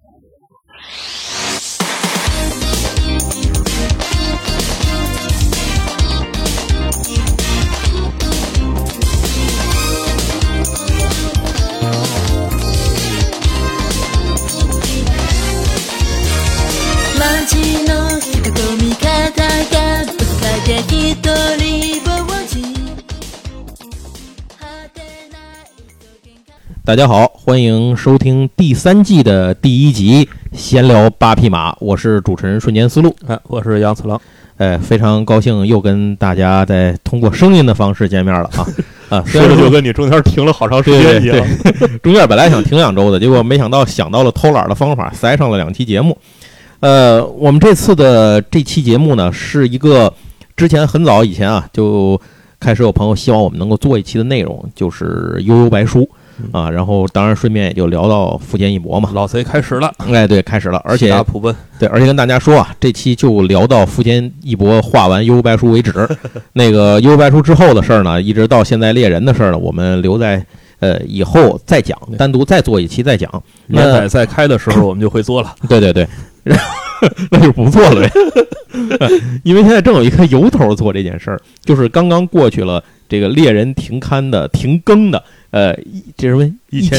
大家好，欢迎收听第3季的第1集闲聊8匹马，我是主持人瞬间思路， 我是杨次郎， 非常高兴又跟大家在通过声音的方式见面了啊！ 说的就跟你中间停了好长时间一样， 对，中间本来想停2周的，结果没想到想到了偷懒的方法，塞上了2期节目。我们这次的这期节目呢，是一个之前很早以前啊就开始有朋友希望我们能够做一期的内容，就是悠悠白书。然后当然顺便也就聊到富坚义博嘛， 老贼开始了， 对，开始了，而且普奔， 对，而且跟大家说啊，这期就聊到富坚义博画完悠悠白书为止。那个悠悠白书之后的事儿呢，一直到现在猎人的事儿呢，我们留在以后再讲，单独再做一期再讲。 年仔再开的时候我们就会做了， 对，那就不做了呗。因为现在正有一个由头做这件事儿，就是刚刚过去了这个猎人停更的。这是什么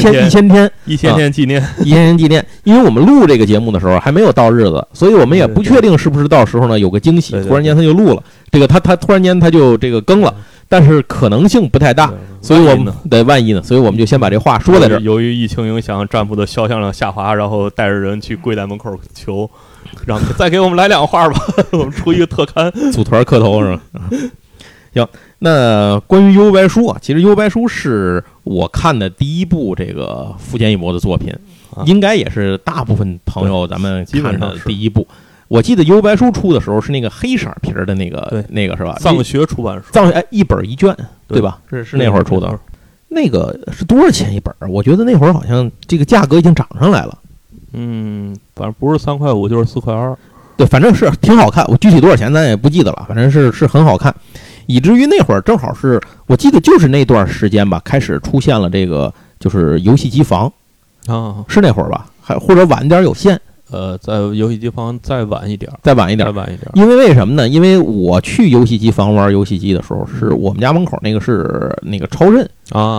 1000天纪念 ，1000天纪念。因为我们录这个节目的时候还没有到日子，所以我们也不确定是不是到时候呢有个惊喜，突然间他就录了这个，他突然间他就这个更了，但是可能性不太大，所以我们对万一呢，所以我们就先把这话说在这儿。 由于疫情影响，占卜的销量下滑，然后带着人去跪在门口求，让再给我们来2画吧，我们出一个特刊， 组团磕头是吧？行，那关于悠悠白书啊，其实悠悠白书是我看的第一部这个富坚义博的作品，应该也是大部分朋友咱们看的第一部。我记得悠悠白书出的时候是那个黑色皮的那个是吧？ 藏学出版社， 一本1卷，对吧？是那会儿出的。那个是多少钱一本？我觉得那会儿好像这个价格已经涨上来了。 反正不是3块5就是4块2。 对，反正是挺好看。我具体多少钱咱也不记得了，反正是很好看。以至于那会儿正好是我记得就是那段时间吧，开始出现了这个就是游戏机房是那会儿吧，还或者晚点有限。 在游戏机房再晚一点。 因为为什么呢？因为我去游戏机房玩游戏机的时候，是我们家门口那个是那个超任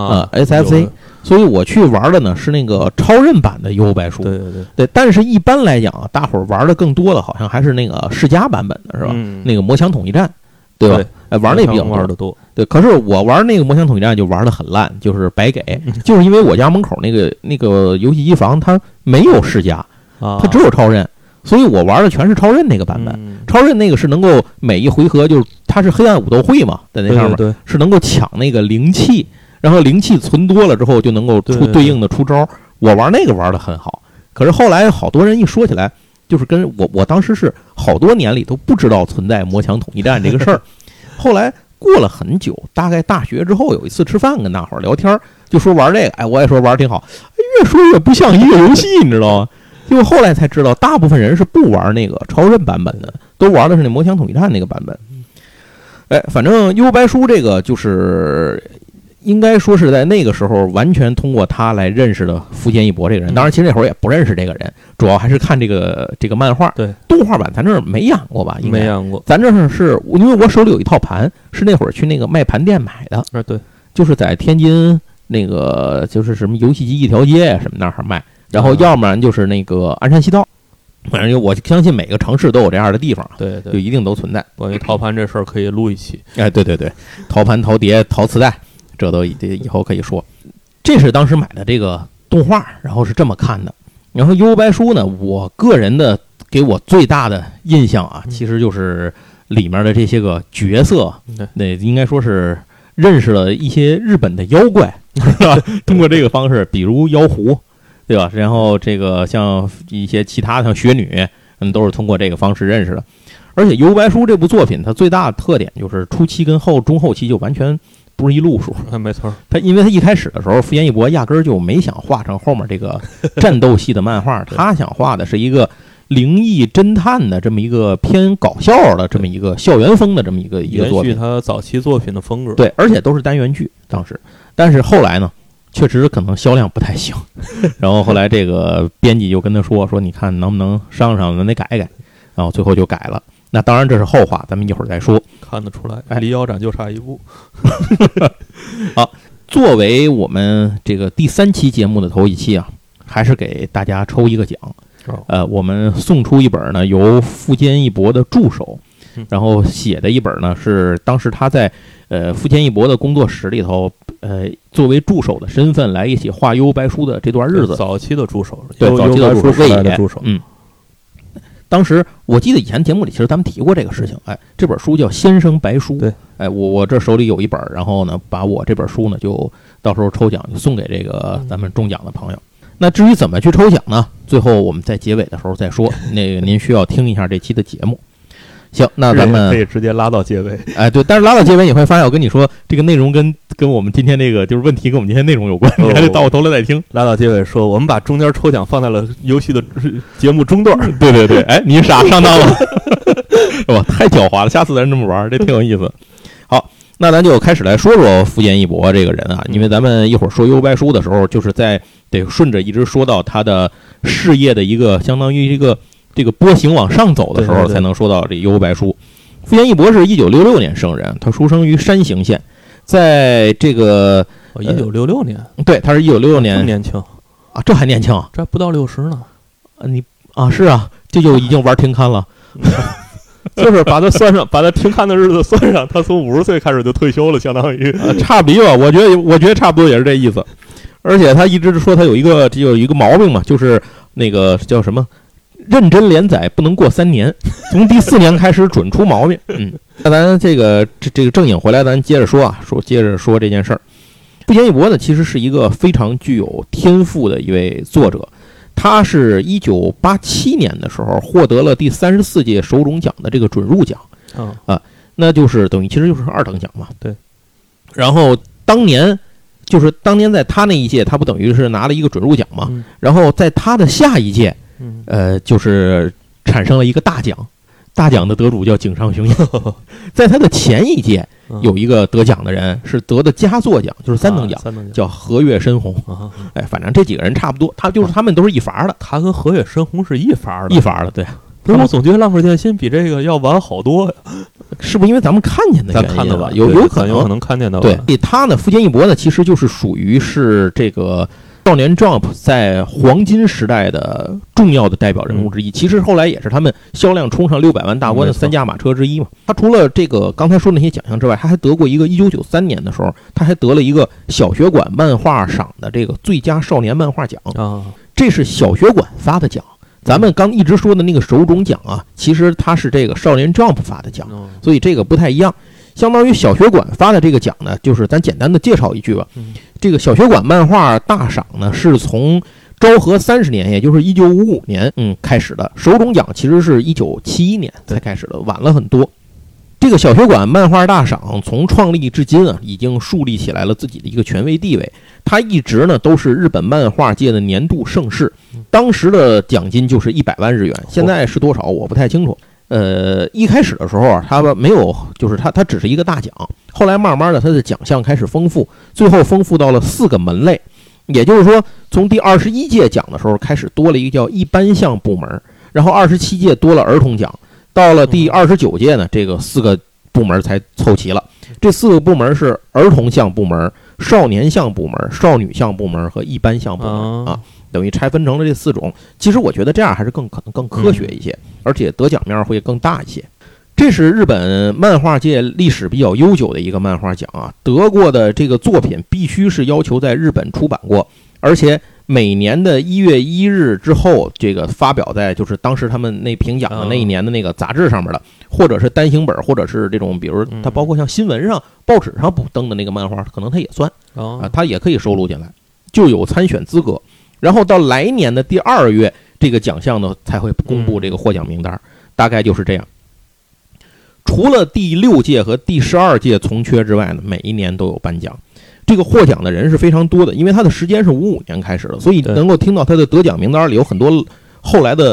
SFC， 所以我去玩的呢是那个超任版的悠悠白书。对，但是一般来讲啊，大伙儿玩的更多的好像还是那个世嘉版本的是吧？那个魔枪统一战，对吧？玩那比较玩的多， 对。可是我玩那个魔枪统一战就玩的很烂，就是白给，就是因为我家门口那个游戏机房它没有世嘉，它只有超任，所以我玩的全是超任那个版本。超任那个是能够每一回合就是它是黑暗武斗会嘛，在那上面对是能够抢那个灵气，然后灵气存多了之后就能够出对应的出招。我玩那个玩的很好，可是后来好多人一说起来，就是跟我当时是好多年里都不知道存在魔枪统一战这个事儿。后来过了很久，大概大学之后有一次吃饭跟大伙儿聊天，就说玩这个，我也说玩挺好，越说越不像一个游戏，你知道吗？结果后来才知道，大部分人是不玩那个超任版本的，都玩的是那魔枪统一战那个版本。反正悠悠白书这个就是应该说是在那个时候完全通过他来认识的富坚义博这个人。当然，其实那会儿也不认识这个人，主要还是看这个漫画。 对， 动画版咱这儿没养过吧？ 没养过。 咱这儿是因为我手里有一套盘，是那会儿去那个卖盘店买的。 对， 就是在天津那个就是什么游戏机一条街什么那儿卖，然后要不然就是那个鞍山西道。反正我相信每个城市都有这样的地方， 对， 就一定都存在。 关于陶盘这事儿可以录一期。 对，陶盘、陶碟、陶磁带。这都以后可以说，这是当时买的这个动画，然后是这么看的。然后悠悠白书呢，我个人的给我最大的印象啊，其实就是里面的这些个角色，那应该说是认识了一些日本的妖怪，是吧？通过这个方式，比如妖狐，对吧？然后这个像一些其他像雪女，都是通过这个方式认识的。而且悠悠白书这部作品，它最大的特点就是初期跟中后期就完全不是一路数。 没错， 因为他一开始的时候，富坚义博压根儿就没想画成后面这个战斗系的漫画，他想画的是一个灵异侦探的这么一个偏搞笑的这么一个校园风的这么一个作品， 延续他早期作品的风格。 对，而且都是单元剧当时。但是后来呢， 确实可能销量不太行。然后后来这个编辑就跟他说你看能不能商量，咱得改改。然后最后就改了。那当然这是后话，咱们一会儿再说。 看得出来，离腰斩就差一步。 好，作为我们这个第3期节目的头一期啊，还是给大家抽一个奖。我们送出一本呢由富坚义博的助手，然后写的一本呢是当时他在富坚义博的工作室里头，作为助手的身份来一起画幽白书的这段日子。 早期的助手， 对，早期的助手， 未野的助手， 当时我记得以前节目里其实咱们提过这个事情，这本书叫《先生白书》， 对， 我这手里有一本，然后呢，把我这本书呢就到时候抽奖就送给这个咱们中奖的朋友。那至于怎么去抽奖呢？最后我们在结尾的时候再说。那个您需要听一下这期的节目。行，那咱们可以直接拉到结尾。 对，但是拉到结尾你会发现，我跟你说，这个内容跟我们今天这个就是问题跟我们今天内容有关，你还得到我头来再听。 拉到结尾说，我们把中间抽奖放在了游戏的节目中段。 对对对，你傻上当了，哇，太狡猾了！下次咱这么玩，这挺有意思。好，那咱就开始来说说富坚义博这个人啊，因为咱们一会儿说幽白书的时候，就是在得顺着一直说到他的事业的一个相当于一个这个波形往上走的时候，才能说到这幽白书。富坚义博是1966年生人，他出生于山形县，在这个 1966年， 对，他是1966年， 这么年轻啊，这还年轻， 这不到60呢。 你啊，是啊，这就已经玩停刊了。 就是把他算上，把他停刊的日子算上，他从50岁开始就退休了，相当于差不多吧。我觉得差不多也是这意思。而且他一直说他有一个毛病嘛，就是那个叫什么，认真连载不能过3年，从第4年开始准出毛病。那咱这个正经回来，咱接着说啊，接着说这件事儿。富坚义博呢，其实是一个非常具有天赋的一位作者。他是1987年的时候获得了第34届手冢奖的这个准入奖，那就是等于其实就是2等奖嘛。 对。 然后当年在他那一届，他不等于是拿了一个准入奖嘛？然后在他的下一届，就是产生了一个大奖。大奖的得主叫井上雄彦，在他的前一届有一个得奖的人是得的佳作奖，就是3等奖，叫河月深红。反正这几个人差不多，他们都是一伐的， 他跟河月深红是一伐的，对。 不是，我总觉得浪客剑心比这个要晚好多呀， 是不是因为咱们看见的原因？ 咱看的吧， 有可能看见的。 对，他呢，富坚义博呢，其实就是属于是这个少年 Jump 在黄金时代的重要的代表人物之一，其实后来也是他们销量冲上600万大关的3驾马车之一嘛。他除了这个刚才说的那些奖项之外，他还得过一个1993年的时候，他还得了一个小学馆漫画赏的这个最佳少年漫画奖啊，这是小学馆发的奖。咱们刚一直说的那个手冢奖啊，其实它是这个少年 Jump 发的奖，所以这个不太一样。相当于小学馆发的这个奖呢，就是咱简单的介绍一句吧。这个小学馆漫画大赏呢，是从昭和30年，也就是1955年开始的。手冢奖其实是1971年才开始的，晚了很多。这个小学馆漫画大赏从创立至今啊，已经树立起来了自己的一个权威地位。它一直呢都是日本漫画界的年度盛事，当时的奖金就是100万日元，现在是多少我不太清楚。一开始的时候啊，它没有，就是它只是一个大奖，后来慢慢的它的奖项开始丰富，最后丰富到了4个门类。也就是说，从第21届奖的时候开始多了一个叫一般项部门，然后27届多了儿童奖，到了第29届呢，这个4个部门才凑齐了。这4个部门是儿童项部门、少年项部门、少女项部门和一般项部门啊，等于拆分成了这4种。其实我觉得这样还是可能更科学一些，而且得奖面会更大一些。这是日本漫画界历史比较悠久的一个漫画奖啊，得过的这个作品必须是要求在日本出版过，而且每年的1月1日之后，这个发表在就是当时他们那评奖的那一年的那个杂志上面的，或者是单行本，或者是这种比如它包括像新闻上、报纸上登的那个漫画，可能它也算啊，它也可以收录进来，就有参选资格。然后到来年的第2月，这个奖项呢才会公布这个获奖名单，大概就是这样。除了第6届和第12届从缺之外呢，每一年都有颁奖。这个获奖的人是非常多的，因为他的时间是55年开始的，所以能够听到他的得奖名单里有很多后来的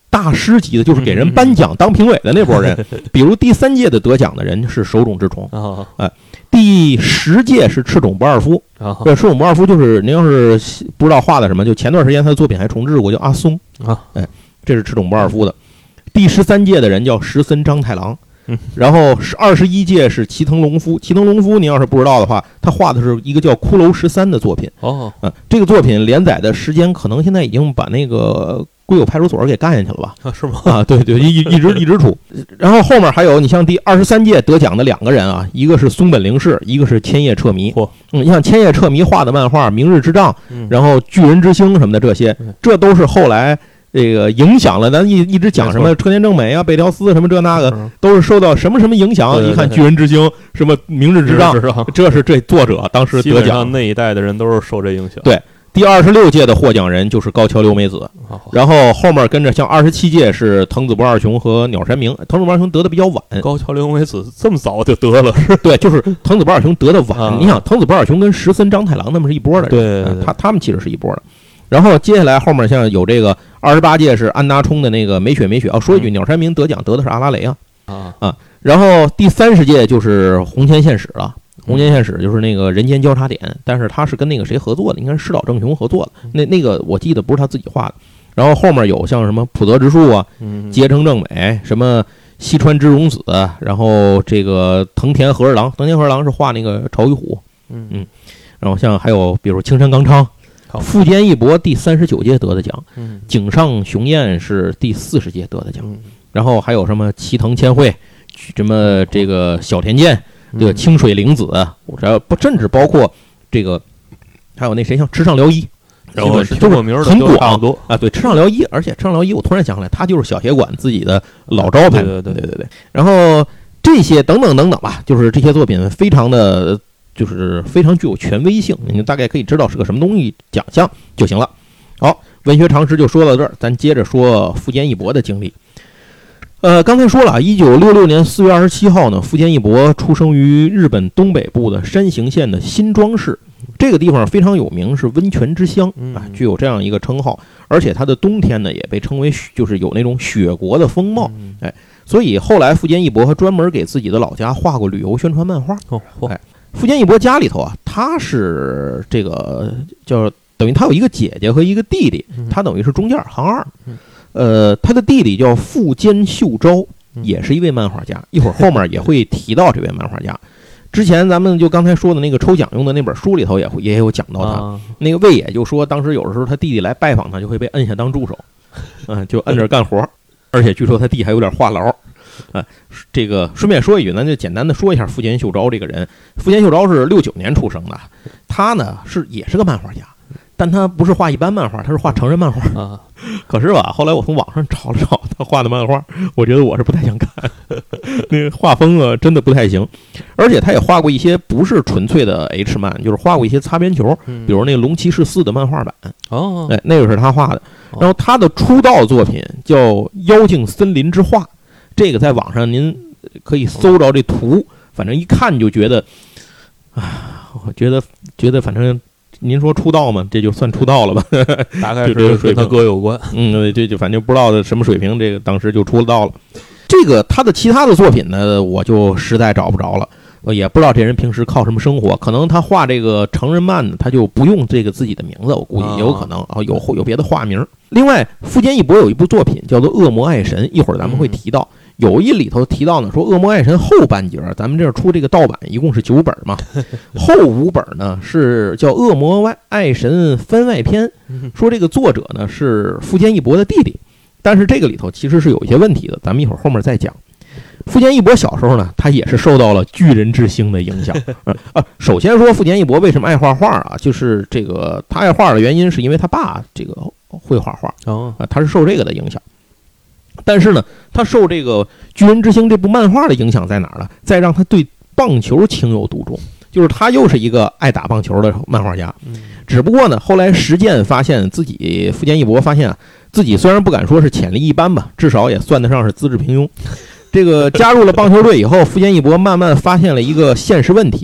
大师级的，就是给人颁奖当评委的那波人。比如第3届的得奖的人是手冢治虫，第10届是赤冢不二夫。对，赤冢不二夫就是您要是不知道画的什么，就前段时间他的作品还重置过，叫阿松这是赤冢不二夫的。第13届的人叫石森章太郎。然后21届是齐藤隆夫。齐藤隆夫，您要是不知道的话，他画的是一个叫《骷髅13》的作品。这个作品连载的时间可能现在已经把那个龟友派出所给干下去了吧？ 是吗？ 对，一直出。然后后面还有你像第23届得奖的2个人啊，一个是松本零士，一个是千叶彻弥。你像千叶彻弥画的漫画《明日之杖》，然后《巨人之星》什么的，这些这都是后来这个影响了咱一直讲什么车田正美啊、北条司什么这那个，都是受到什么影响。一看《巨人之星》什么《明日之杖》，这是这作者当时得奖， 那一代的人都是受这影响。 对。第26届的获奖人就是高桥留美子，然后后面跟着像27届是藤子不二雄和鸟山明。藤子不二雄得的比较晚， 高桥留美子这么早就得了， 对，就是藤子不二雄得的晚。你想，藤子不二雄跟石森章太郎他们是一波的人， 对，他们其实是一波的。然后接下来后面像有这个28届是安达充的那个美雪。说一句，鸟山明得奖得的是阿拉蕾然后第30届就是红前线史了。红前线史就是那个人间交叉点，但是他是跟那个谁合作的，应该是石岛正雄合作的。那个我记得不是他自己画的。然后后面有像什么浦泽直树啊、结城正美、什么西川之荣子，然后这个藤田和二郎。藤田和二郎是画那个朝与虎。然后像还有比如青山刚昌。富坚义博第39届得的奖，井上雄彦是第40届得的奖，然后还有什么齐藤千惠，什么这个小田健，这个清水玲子，甚至包括这个还有那谁像池上辽一， 然后就是很广啊。对，池上辽一，而且池上辽一，我突然想起来，他就是小协馆自己的老招牌。对。然后这些等等吧，就是这些作品非常的。就是非常具有权威性，你大概可以知道是个什么东西奖项就行了。好，文学常识就说到这儿，咱接着说富坚义博的经历。刚才说了，1966年4月27号呢，富坚义博出生于日本东北部的山形县的新庄市。这个地方非常有名，是温泉之乡啊，具有这样一个称号。而且它的冬天呢，也被称为就是有那种雪国的风貌。所以后来富坚义博还专门给自己的老家画过旅游宣传漫画。富坚义博家里头啊，他是这个叫等于他有一个姐姐和一个弟弟，他等于是中间行二。他的弟弟叫富坚秀昭，也是一位漫画家，一会儿后面也会提到这位漫画家。之前咱们就刚才说的那个抽奖用的那本书里头也有讲到他。那个魏野就说，当时有的时候他弟弟来拜访他，就会被摁下当助手，就摁着干活，而且据说他弟还有点话痨。这个顺便说一句，咱就简单的说一下富坚秀昭这个人。富坚秀昭是69年出生的，他呢也是个漫画家，但他不是画一般漫画，他是画成人漫画。可是吧，后来我从网上找了找他画的漫画，我觉得我是不太想看，那个画风啊真的不太行。而且他也画过一些不是纯粹的 H 漫，就是画过一些擦边球，比如那个龙骑士4的漫画版。那个是他画的。然后他的出道作品叫《妖精森林之画》。这个在网上您可以搜着这图，反正一看就觉得，我觉得反正您说出道嘛，这就算出道了吧？ 大概是跟他哥有关。 这就反正不知道的什么水平，这个当时就出道了。这个他的其他的作品呢，我就实在找不着了。也不知道这人平时靠什么生活，可能他画这个成人漫呢，他就不用这个自己的名字，我估计也有可能有别的化名。另外，富坚义博有一部作品叫做《恶魔爱神》，一会儿咱们会提到。有一里头提到呢，说《恶魔爱神》后半截，咱们这儿出这个盗版，一共是9本嘛，后5本呢是叫《恶魔爱神》番外篇，说这个作者呢是富坚义博的弟弟，但是这个里头其实是有一些问题的，咱们一会儿后面再讲。富坚义博小时候呢，他也是受到了巨人之星的影响。首先说富坚义博为什么爱画画啊？就是这个他爱画的原因是因为他爸这个会画画，他是受这个的影响。但是呢，他受这个《巨人之星》这部漫画的影响在哪儿呢？再让他对棒球情有独钟，就是他又是一个爱打棒球的漫画家。只不过呢，后来实践发现自己富坚义博发现自己虽然不敢说是潜力一般吧，至少也算得上是资质平庸。这个加入了棒球队以后，富坚义博慢慢发现了一个现实问题：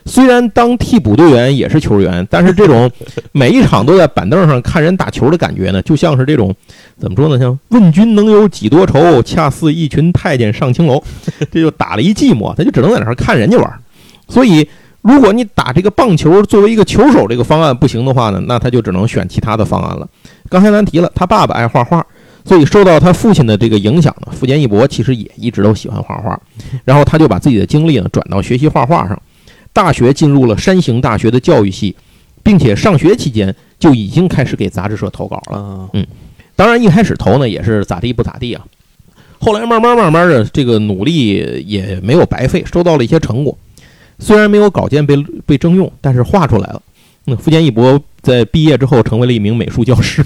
虽然当替补队员也是球员，但是这种每一场都在板凳上看人打球的感觉呢，就像是这种怎么说呢？像问君能有几多愁，恰似一群太监上青楼，这就打了一寂寞，他就只能在那儿看人家玩。所以，如果你打这个棒球作为一个球手这个方案不行的话呢，那他就只能选其他的方案了。刚才咱提了，他爸爸爱画画，所以受到他父亲的这个影响呢，富坚义博其实也一直都喜欢画画，然后他就把自己的精力呢转到学习画画上。大学进入了山形大学的教育系，并且上学期间就已经开始给杂志社投稿了。当然一开始投呢也是咋地不咋地啊，后来慢慢的这个努力也没有白费，收到了一些成果。虽然没有稿件被征用，但是画出来了。富坚义博在毕业之后成为了一名美术教师。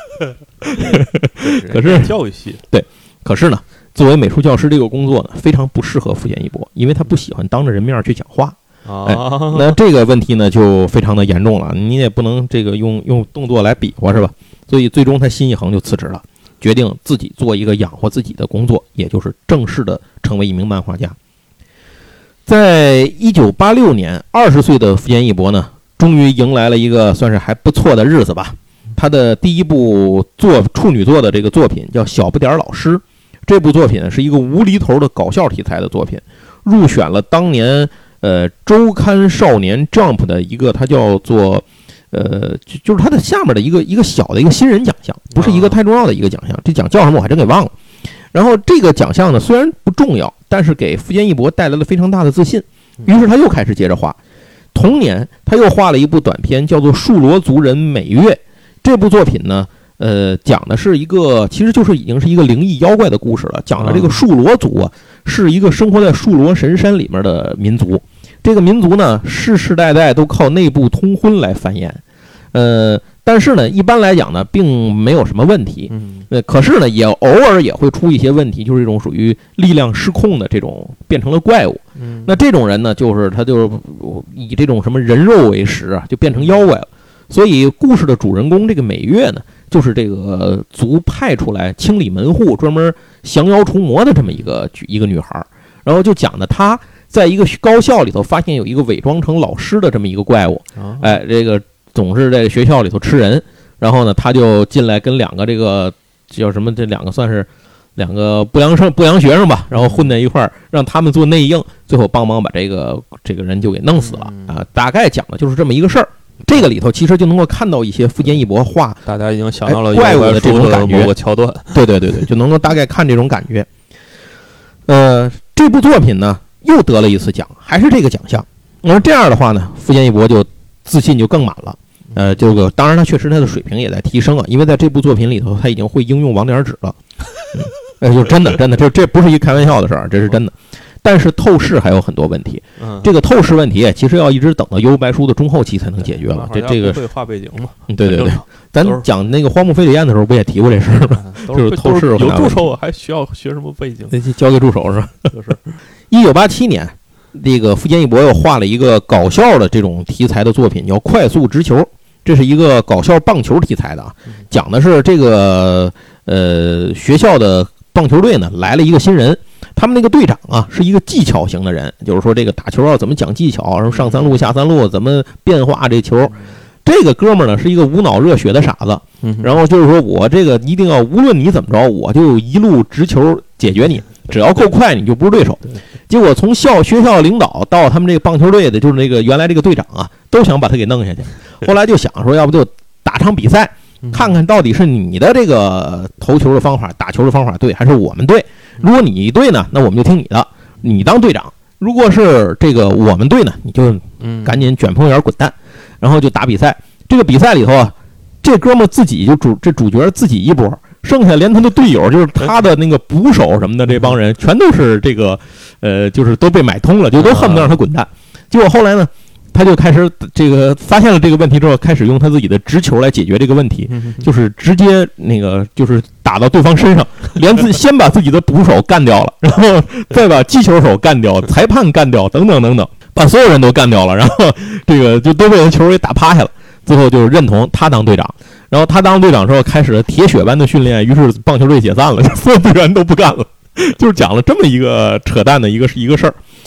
可是教育系对，可是呢，作为美术教师这个工作呢，非常不适合富坚义博，因为他不喜欢当着人面去讲话。那这个问题呢就非常的严重了，你也不能这个用动作来比划是吧？所以最终他心一横就辞职了，决定自己做一个养活自己的工作，也就是正式的成为一名漫画家。在1986年，20岁的富坚义博呢，终于迎来了一个算是还不错的日子吧。他的第一部处女作的这个作品叫《小不点老师》，这部作品是一个无厘头的搞笑题材的作品，入选了当年周刊少年 Jump 的一个，它叫做就是它的下面的一个小的一个新人奖项，不是一个太重要的一个奖项，这奖叫什么我还真给忘了。然后这个奖项呢虽然不重要，但是给富坚义博带来了非常大的自信，于是他又开始接着画。同年他又画了一部短片叫做《树罗族人美月》，这部作品呢讲的是一个其实就是已经是一个灵异妖怪的故事了，讲的这个树罗族啊是一个生活在树罗神山里面的民族，这个民族呢世世代代都靠内部通婚来繁衍，但是呢一般来讲呢并没有什么问题，可是呢也偶尔也会出一些问题，就是这种属于力量失控的这种变成了怪物，那这种人呢就是他就以这种什么人肉为食啊，就变成妖怪了。所以故事的主人公这个美月呢，就是这个族派出来清理门户，专门降妖除魔的这么一个女孩，然后就讲的她在一个高校里头发现有一个伪装成老师的这么一个怪物，这个总是在学校里头吃人，然后呢他就进来跟两个这个叫什么，这两个算是两个不良学生吧，然后混在一块儿，让他们做内应，最后帮忙把这个人就给弄死了啊。大概讲的就是这么一个事儿。这个里头其实就能够看到一些富坚义博画， 大家已经想到了怪物的这种感觉， 某个桥段。 对，就能够大概看这种感觉。这部作品呢又得了一次奖，还是这个奖项。这样的话呢，富坚义博就自信就更满了。这个当然他确实他的水平也在提升啊，因为在这部作品里头他已经会应用网点纸了。就真的这不是一开玩笑的事儿，这是真的。但是透视还有很多问题，这个透视问题其实要一直等到幽白书的中后期才能解决了。这个会画背景嘛？ 对，咱讲那个荒木飞吕彦的时候不也提过这事儿吗？就是透视有助手还需要学什么背景？ 那交给助手是吧？ 就是 1987年，这个富坚义博又画了一个搞笑的这种题材的作品，叫《快速直球》，这是一个搞笑棒球题材的啊，讲的是这个学校的棒球队呢来了一个新人。他们那个队长啊是一个技巧型的人，就是说这个打球要怎么讲技巧，然后上三路下三路怎么变化这球。这个哥们儿呢是一个无脑热血的傻子，然后就是说我这个一定要无论你怎么着，我就一路直球解决你，只要够快你就不是对手。结果从学校领导到他们这个棒球队的，就是那个原来这个队长啊，都想把他给弄下去。后来就想说，要不就打场比赛，看看到底是你的这个投球的方法、打球的方法对，还是我们对。如果你对呢，那我们就听你的，你当队长。如果是这个我们队呢，你就赶紧卷棚园滚蛋，然后就打比赛。这个比赛里头啊，这哥们自己就主角自己一波，剩下连他的队友，就是他的那个捕手什么的这帮人，全都是这个就是都被买通了，就都恨不得让他滚蛋。结果后来呢，他就开始这个发现了这个问题之后，开始用他自己的直球来解决这个问题，就是直接那个就是打到对方身上，先把自己的捕手干掉了，然后再把击球手干掉，裁判干掉，等等，把所有人都干掉了，然后这个就都被人球给打趴下了。最后就认同他当队长，然后他当队长之后开始了铁血般的训练，于是棒球队解散了，所有队员都不干了，就是讲了这么一个扯淡的一个事儿。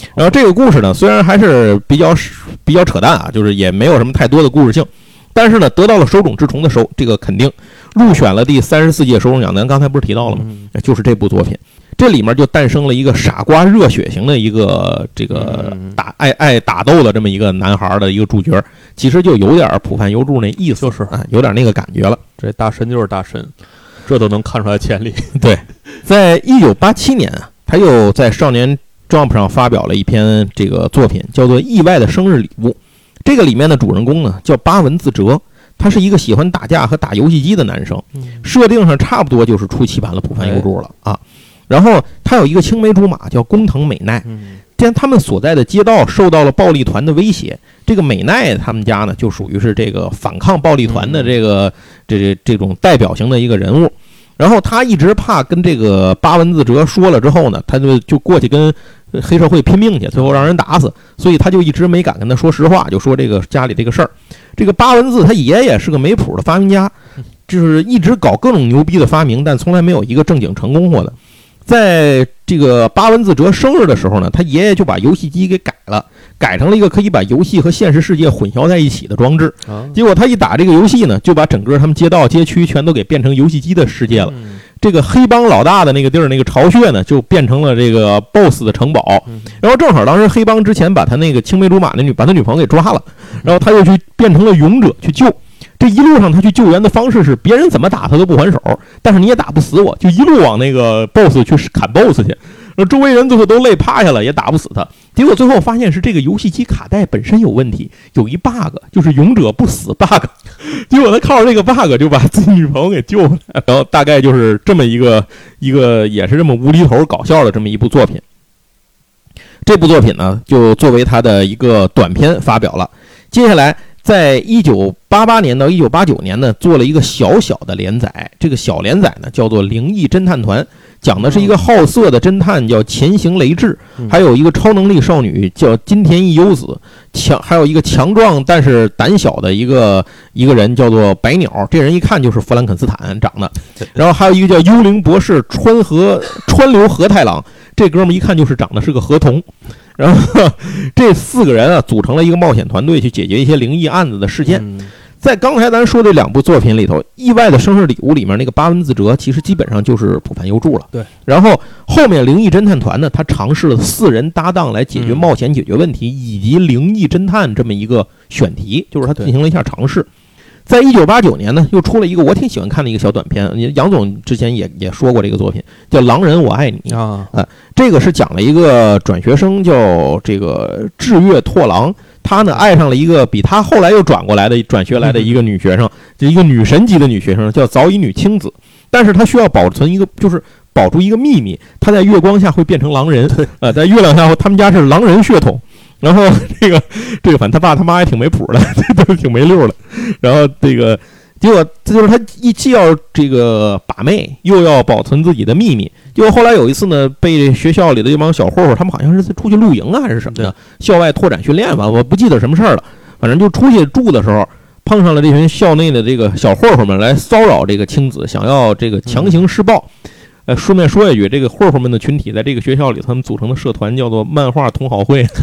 然后这个故事呢，虽然还是比较扯淡啊，就是也没有什么太多的故事性，但是呢，得到了手冢治虫的这个肯定，入选了第34届手冢奖。咱刚才不是提到了吗？就是这部作品，这里面就诞生了一个傻瓜热血型的一个这个爱打斗的这么一个男孩的一个主角，其实就有点浦饭优助那意思， 就是有点那个感觉了。 这大神就是大神，这都能看出来潜力。 对，在1987年啊，他又在少年 Jump 上发表了一篇这个作品，叫做《意外的生日礼物》。这个里面的主人公呢叫八文字哲，他是一个喜欢打架和打游戏机的男生，设定上差不多就是初期版的浦饭优助了啊。然后他有一个青梅竹马叫工藤美奈，但他们所在的街道受到了暴力团的威胁。这个美奈他们家呢，就属于是这个反抗暴力团的这种代表型的一个人物。然后他一直怕跟这个八文字哲说了之后呢，他就过去跟黑社会拼命去，最后让人打死，所以他就一直没敢跟他说实话，就说这个家里这个事儿。这个八文字他爷爷是个没谱的发明家，就是一直搞各种牛逼的发明，但从来没有一个正经成功过的。在这个八文字哲生日的时候呢，他爷爷就把游戏机给改成了一个可以把游戏和现实世界混淆在一起的装置。结果他一打这个游戏呢，就把整个他们街道街区全都给变成游戏机的世界了。这个黑帮老大的那个地儿，那个巢穴呢，就变成了这个 BOSS 的城堡。然后正好当时黑帮之前把他那个青梅竹马把他女朋友给抓了，然后他又去变成了勇者去救。这一路上他去救援的方式是别人怎么打他都不还手，但是你也打不死我，就一路往那个 BOSS 去砍 BOSS 去。然后周围人最后都累趴下了，也打不死他。结果最后发现是这个游戏机卡带本身有问题，有一 bug， 就是勇者不死 bug。结果他靠着这个 bug 就把自己女朋友给救回来。然后大概就是这么一个也是这么无厘头搞笑的这么一部作品。这部作品呢，就作为他的一个短片发表了。接下来在1988年到1989年呢，做了一个小小的连载。这个小连载呢，叫做《灵异侦探团》，讲的是一个好色的侦探叫前行雷志，还有一个超能力少女叫金田一优子，还有一个强壮但是胆小的一个人叫做白鸟，这人一看就是弗兰肯斯坦长的。然后还有一个叫幽灵博士川流和太郎，这哥们一看就是长得是个河童。然后这4个人啊，组成了一个冒险团队，去解决一些灵异案子的事件。在刚才咱说这2部作品里头，《意外的生日礼物》里面那个八文字哲，其实基本上就是浦饭优助了。 对。 然后后面灵异侦探团呢，他尝试了4人搭档来解决冒险解决问题，以及灵异侦探这么一个选题，就是他进行了一下尝试。在1989年呢，又出了一个我挺喜欢看的一个小短片，杨总之前也说过这个作品，叫《狼人我爱你》啊。这个是讲了一个转学生叫这个志月拓郎，他呢爱上了一个比他后来又转学来的一个女学生，就一个女神级的女学生，叫早乙女青子。但是他需要保住一个秘密，他在月光下会变成狼人，在月亮下他们家是狼人血统。然后这个反正他爸他妈也挺没谱的，都挺没溜的。然后这个结果这就是他既要这个把妹，又要保存自己的秘密。结果后来有一次呢，被学校里的一帮小混混，他们好像是出去露营啊还是什么的，校外拓展训练吧，我不记得什么事儿了。反正就出去住的时候，碰上了这群校内的这个小混混们来骚扰这个青子，想要这个强行施暴。顺便说一句，这个混混们的群体在这个学校里，他们组成的社团叫做漫画同好会。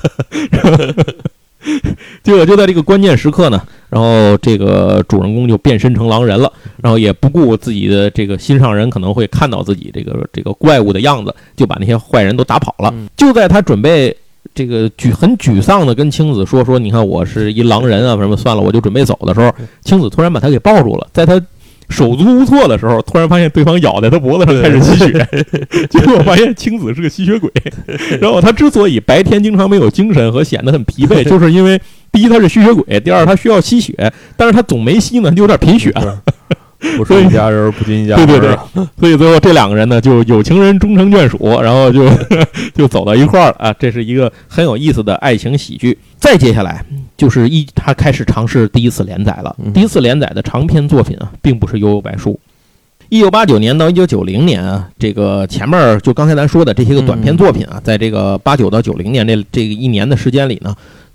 结果就在这个关键时刻呢，然后这个主人公就变身成狼人了，然后也不顾自己的这个心上人可能会看到自己这个怪物的样子，就把那些坏人都打跑了。就在他准备这个很沮丧的跟青子说你看我是一狼人啊什么，算了我就准备走的时候，青子突然把他给抱住了，在他手足无措的时候，突然发现对方咬在他脖子上开始吸血，结果发现青子是个吸血鬼。然后他之所以白天经常没有精神和显得很疲惫，就是因为第一他是吸血鬼，第二他需要吸血，但是他总没吸呢，就有点贫血。 不是一家人不进一家门。 对，所以最后这2个人呢，就有情人终成眷属，然后就走到一块儿了啊！这是一个很有意思的爱情喜剧。再接下来就是他开始尝试第一次连载了。第一次连载的长篇作品啊，并不是《幽游白书》。1989年到1990年啊，这个前面就刚才咱说的这些个短篇作品啊，在这个89到90年这个1年的时间里呢，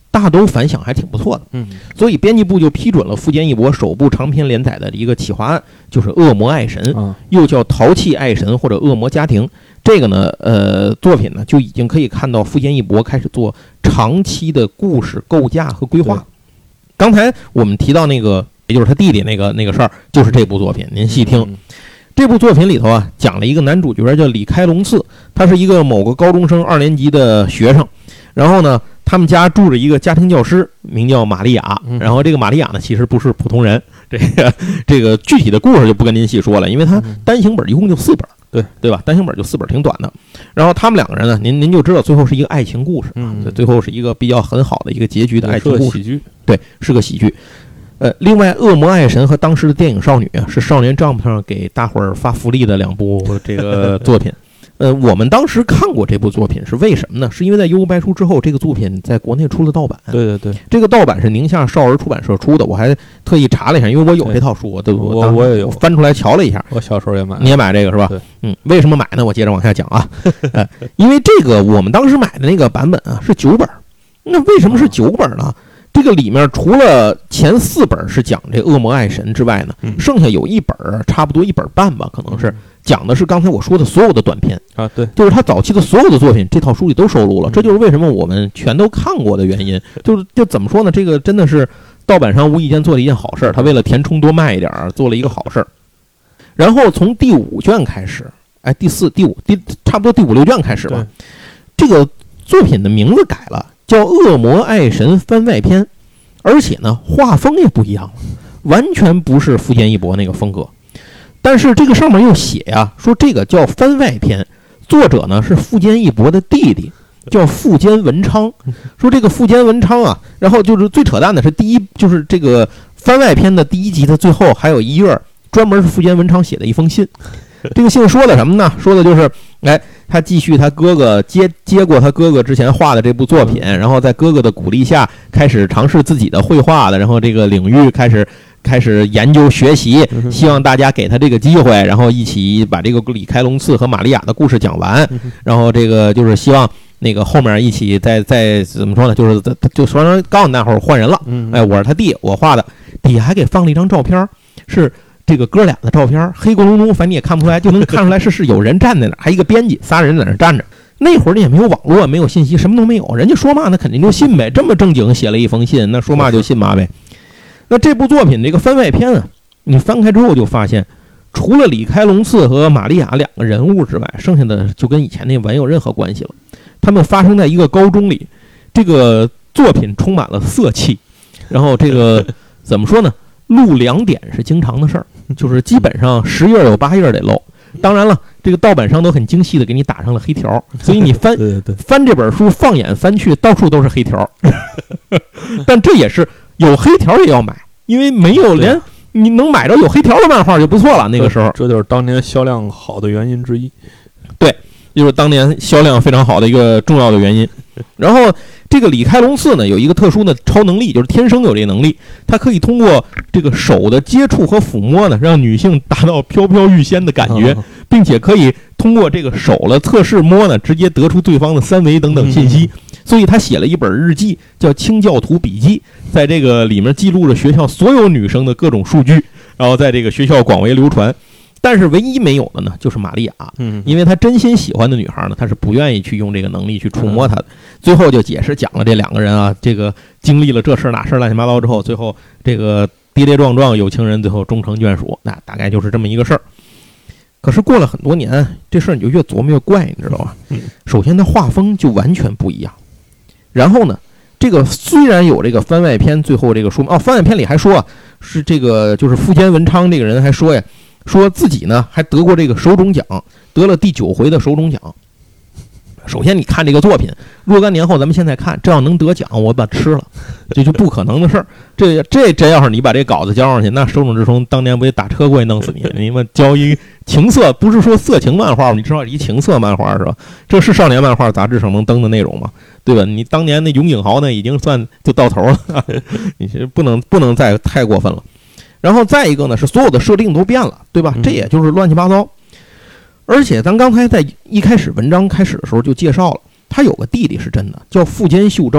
大都反响还挺不错的。所以编辑部就批准了富坚义博首部长篇连载的一个企划案，就是《恶魔爱神》，又叫《淘气爱神》或者《恶魔家庭》。这个呢，作品呢就已经可以看到富坚义博开始做长期的故事构架和规划。刚才我们提到那个，也就是他弟弟那个事儿，就是这部作品，您细听。这部作品里头啊，讲了一个男主角叫李开龙次，他是一个某个高中生2年级的学生，然后呢，他们家住着一个家庭教师，名叫玛利亚。然后这个玛利亚呢，其实不是普通人。这个具体的故事就不跟您细说了，因为他单行本一共就4本，对吧？单行本就4本，挺短的。然后他们2个人呢，您就知道最后是一个爱情故事，最后是一个比较很好的一个结局的爱情故事，喜剧，对，是个喜剧。另外，《恶魔爱神》和当时的电影少女啊，是少年 Jump 上给大伙儿发福利的2部这个作品。我们当时看过这部作品是为什么呢？是因为在《幽游白书》之后，这个作品在国内出了盗版。 对， 这个盗版是宁夏少儿出版社出的，我还特意查了一下，因为我有这套书，我也有，我翻出来瞧了一下。 我小时候也买， 你也买这个是吧？ 对， 为什么买呢？我接着往下讲啊。因为这个我们当时买的那个版本啊是9本，那为什么是9本呢？这个里面除了前4本是讲这恶魔爱神之外呢，剩下有1本，差不多1本半吧，可能是讲的是刚才我说的所有的短篇啊，对， 就是他早期的所有的作品，这套书里都收录了。这就是为什么我们全都看过的原因。就怎么说呢？这个真的是盗版商无意间做了一件好事，他为了填充多卖一点，做了一个好事。然后从第5卷开始，第4、第5、差不多第5、6卷开始吧，这个作品的名字改了。叫《恶魔爱神》番外篇，而且呢，画风也不一样了，完全不是富坚义博那个风格。但是这个上面又写呀，说这个叫番外篇，作者呢是富坚义博的弟弟，叫富坚文昌。说这个富坚文昌啊，然后就是最扯淡的是就是这个番外篇的第1集的最后还有一页专门是富坚文昌写的一封信。这个信说的什么呢？说的就是，他继续他哥哥接过他哥哥之前画的这部作品，然后在哥哥的鼓励下开始尝试自己的绘画的，然后这个领域开始研究学习，希望大家给他这个机会，然后一起把这个李开龙次和玛利亚的故事讲完，然后这个就是希望那个后面一起再怎么说呢，就说告诉大伙儿换人了，我是他弟，我画的，底下还给放了一张照片，是这个哥俩的照片，黑咕隆咚，反正你也看不出来，就能看出来是有人站在那儿，还一个编辑，3人在那儿站着。那会儿你也没有网络，没有信息，什么都没有，人家说嘛那肯定就信呗，这么正经写了一封信，那说嘛就信嘛呗。那这部作品这个番外篇啊，你翻开之后就发现，除了李开龙次和玛利亚2个人物之外，剩下的就跟以前那没有任何关系了。他们发生在一个高中里，这个作品充满了色气，然后这个怎么说呢？露2点是经常的事儿，就是基本上10页有8页得露。当然了，这个盗版商都很精细的给你打上了黑条，所以你翻这本书放眼翻去，到处都是黑条。但这也是有黑条也要买，因为没有连你能买着有黑条的漫画就不错了。那个时候， 这就是当年销量好的原因之一。 对，就是当年销量非常好的一个重要的原因。然后这个李开龙次呢，有一个特殊的超能力，就是天生有这个能力，他可以通过这个手的接触和抚摸呢，让女性达到飘飘欲仙的感觉，并且可以通过这个手了测试摸呢，直接得出对方的3维等等信息。所以他写了一本日记，叫《清教徒笔记》，在这个里面记录了学校所有女生的各种数据，然后在这个学校广为流传。但是唯一没有的呢，就是玛利亚，因为他真心喜欢的女孩呢，他是不愿意去用这个能力去触摸她的。最后就解释讲了这2个人啊，这个经历了这事那事乱七八糟之后，最后这个跌跌撞撞有情人最后终成眷属，那大概就是这么一个事儿。可是过了很多年，这事儿你就越琢磨越怪，你知道吧？首先他画风就完全不一样，然后呢，这个虽然有这个番外篇，最后这个说番外篇里还说啊，是这个就是富坚文昌这个人还说呀，说自己呢还得过这个手冢奖，得了第9回的手冢奖。首先你看这个作品，若干年后咱们现在看，这要能得奖，我把它吃了，这就不可能的事儿。这真要是你把这稿子交上去，那手冢治虫当年不得打车过去弄死你？你们交一情色，不是说色情漫画，你知道一情色漫画是吧？这是少年漫画杂志上能登的内容吗？对吧？你当年那永井豪呢，已经算就到头了，你是不能再太过分了。然后再一个呢，是所有的设定都变了，对吧？这也就是乱七八糟。而且咱刚才在一开始文章开始的时候就介绍了，他有个弟弟是真的，叫富坚秀昭。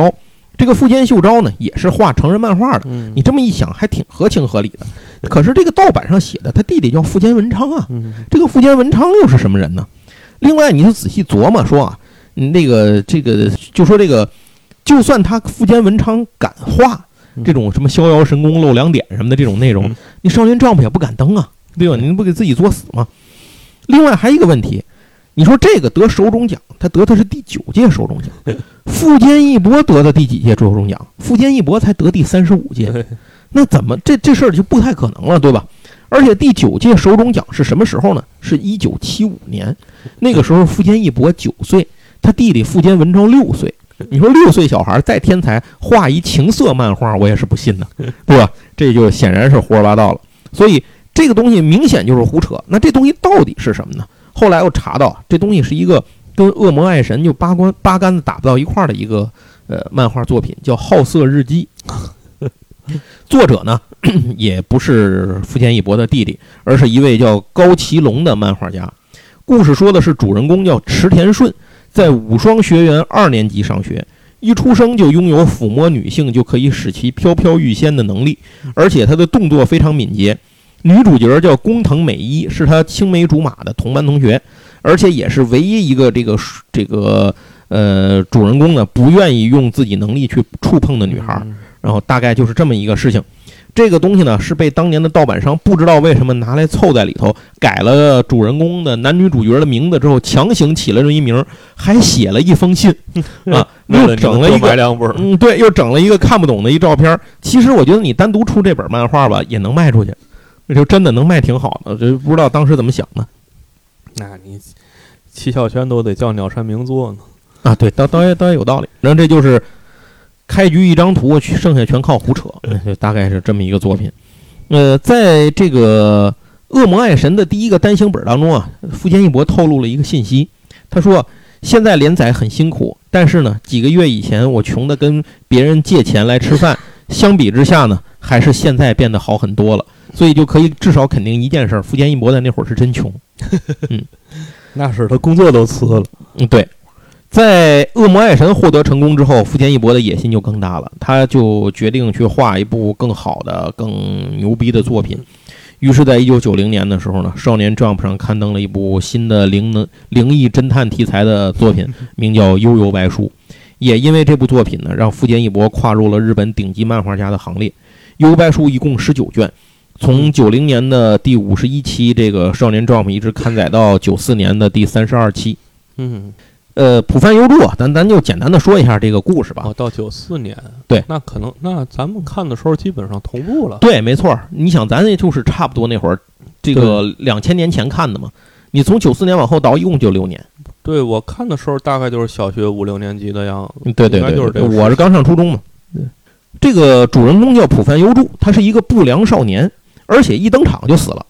这个富坚秀昭呢，也是画成人漫画的。你这么一想，还挺合情合理的。可是这个盗版上写的，他弟弟叫富坚文昌啊。这个富坚文昌又是什么人呢？另外，你就仔细琢磨说啊，就说这个，就算他富坚文昌敢画这种什么逍遥神功露两点什么的这种内容，你少年Jump也不敢登啊，对吧？你不给自己作死吗？另外还有一个问题。你说这个得手冢奖，他得的是第9届手冢奖，富坚义博得的第几届手冢奖？富坚义博才得第35届，那怎么这事儿就不太可能了，对吧？而且第9届手冢奖是什么时候呢？是1975年，那个时候富坚义博9岁，他弟弟富坚文昭6岁。你说6岁小孩再天才，画一情色漫画，我也是不信的，对吧？这就显然是胡说八道了。所以这个东西明显就是胡扯。那这东西到底是什么呢？后来我查到，这东西是一个跟《恶魔爱神》就八竿子打不到一块儿的一个漫画作品，叫《好色日记》。作者呢也不是富坚义博的弟弟，而是一位叫高崎龙的漫画家。故事说的是主人公叫池田顺，在武双学园2年级上学，一出生就拥有抚摸女性就可以使其飘飘欲仙的能力，而且他的动作非常敏捷。女主角叫工藤美依，是她青梅竹马的同班同学，而且也是唯一一个这个主人公呢不愿意用自己能力去触碰的女孩。然后大概就是这么一个事情。这个东西呢是被当年的盗版商不知道为什么拿来凑在里头，改了主人公的男女主角的名字之后，强行起了这么一名，还写了一封信啊，又整了一个对，又整了一个看不懂的一照片。其实我觉得你单独出这本漫画吧，也能卖出去。这就真的能卖挺好的，这不知道当时怎么想的。 那你七窍全都得叫鸟山明作呢啊，对，当然有道理。然后这就是开局一张图，剩下全靠胡扯，就大概是这么一个作品。在这个《恶魔爱神》的第一个单行本当中啊，富坚义博透露了一个信息，他说现在连载很辛苦，但是呢，几个月以前我穷的跟别人借钱来吃饭，相比之下呢，还是现在变得好很多了。所以就可以至少肯定一件事，富坚义博在那会儿是真穷。 那是他工作都辞了。 对，在《恶魔爱神》获得成功之后，富坚义博的野心就更大了，他就决定去画一部更好的、更牛逼的作品。于是，在1990年的时候呢，少年 Jump 上刊登了一部新的灵异侦探题材的作品，名叫《幽游白书》。也因为这部作品呢，让富坚义博跨入了日本顶级漫画家的行列。《幽游白书》一共19卷。从90年的第51期这个少年 Jump 一直刊载到94年的第32期。浦饭幽助啊，咱就简单的说一下这个故事吧。 到94年， 对， 那咱们看的时候基本上同步了。 对，没错，你想咱也就是差不多那会儿，这个2000年前看的嘛。你从94年往后倒，一共就6年。 对，我看的时候大概就是小学5、6年级的样子。 对，我是刚上初中嘛。这个主人公叫浦饭幽助，他是一个不良少年。而且一登场就死了。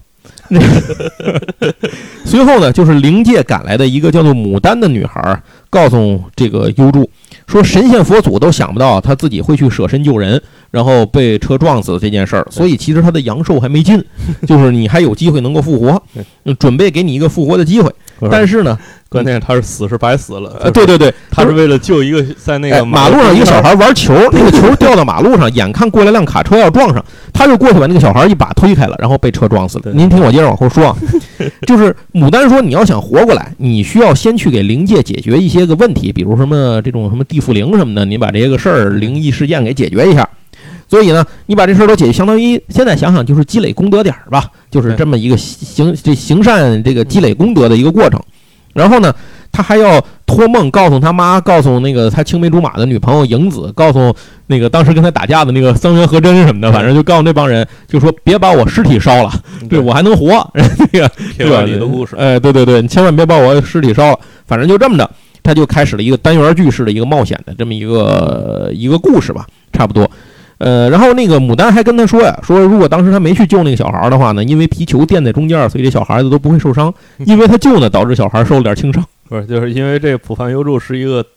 随后呢，就是灵界赶来的一个叫做牡丹的女孩，告诉这个幽助说，神仙佛祖都想不到他自己会去舍身救人，然后被车撞死这件事儿。所以其实他的阳寿还没尽，就是你还有机会能够复活，准备给你一个复活的机会。但是呢， 关键他是死是白死了。 对， 他是为了救一个在那个马路上一个小孩玩球，那个球掉到马路上，眼看过来辆卡车要撞上，他就过去把那个小孩一把推开了，然后被车撞死了。您听我接着往后说啊，就是牡丹说，你要想活过来，你需要先去给灵界解决一些个问题，比如什么这种什么地缚灵什么的，你把这个事儿灵异事件给解决一下。所以呢，你把这事儿都解决，相当于现在想想就是积累功德点吧，就是这么一个行善这个积累功德的一个过程。然后呢，他还要托梦告诉他妈，告诉那个他青梅竹马的女朋友影子，告诉那个当时跟他打架的那个桑原和真什么的，反正就告诉那帮人，就说别把我尸体烧了，对我还能活。那个铁腕里的故事， 对，你千万别把我尸体烧了。反正就这么的，他就开始了一个单元剧式的一个冒险的这么一个故事吧，差不多。然后那个牡丹还跟他说呀，说如果当时他没去救那个小孩的话呢，因为皮球垫在中间，所以这小孩子都不会受伤。因为他救呢，导致小孩受了点轻伤。 不是，就是因为这浦饭幽助是一个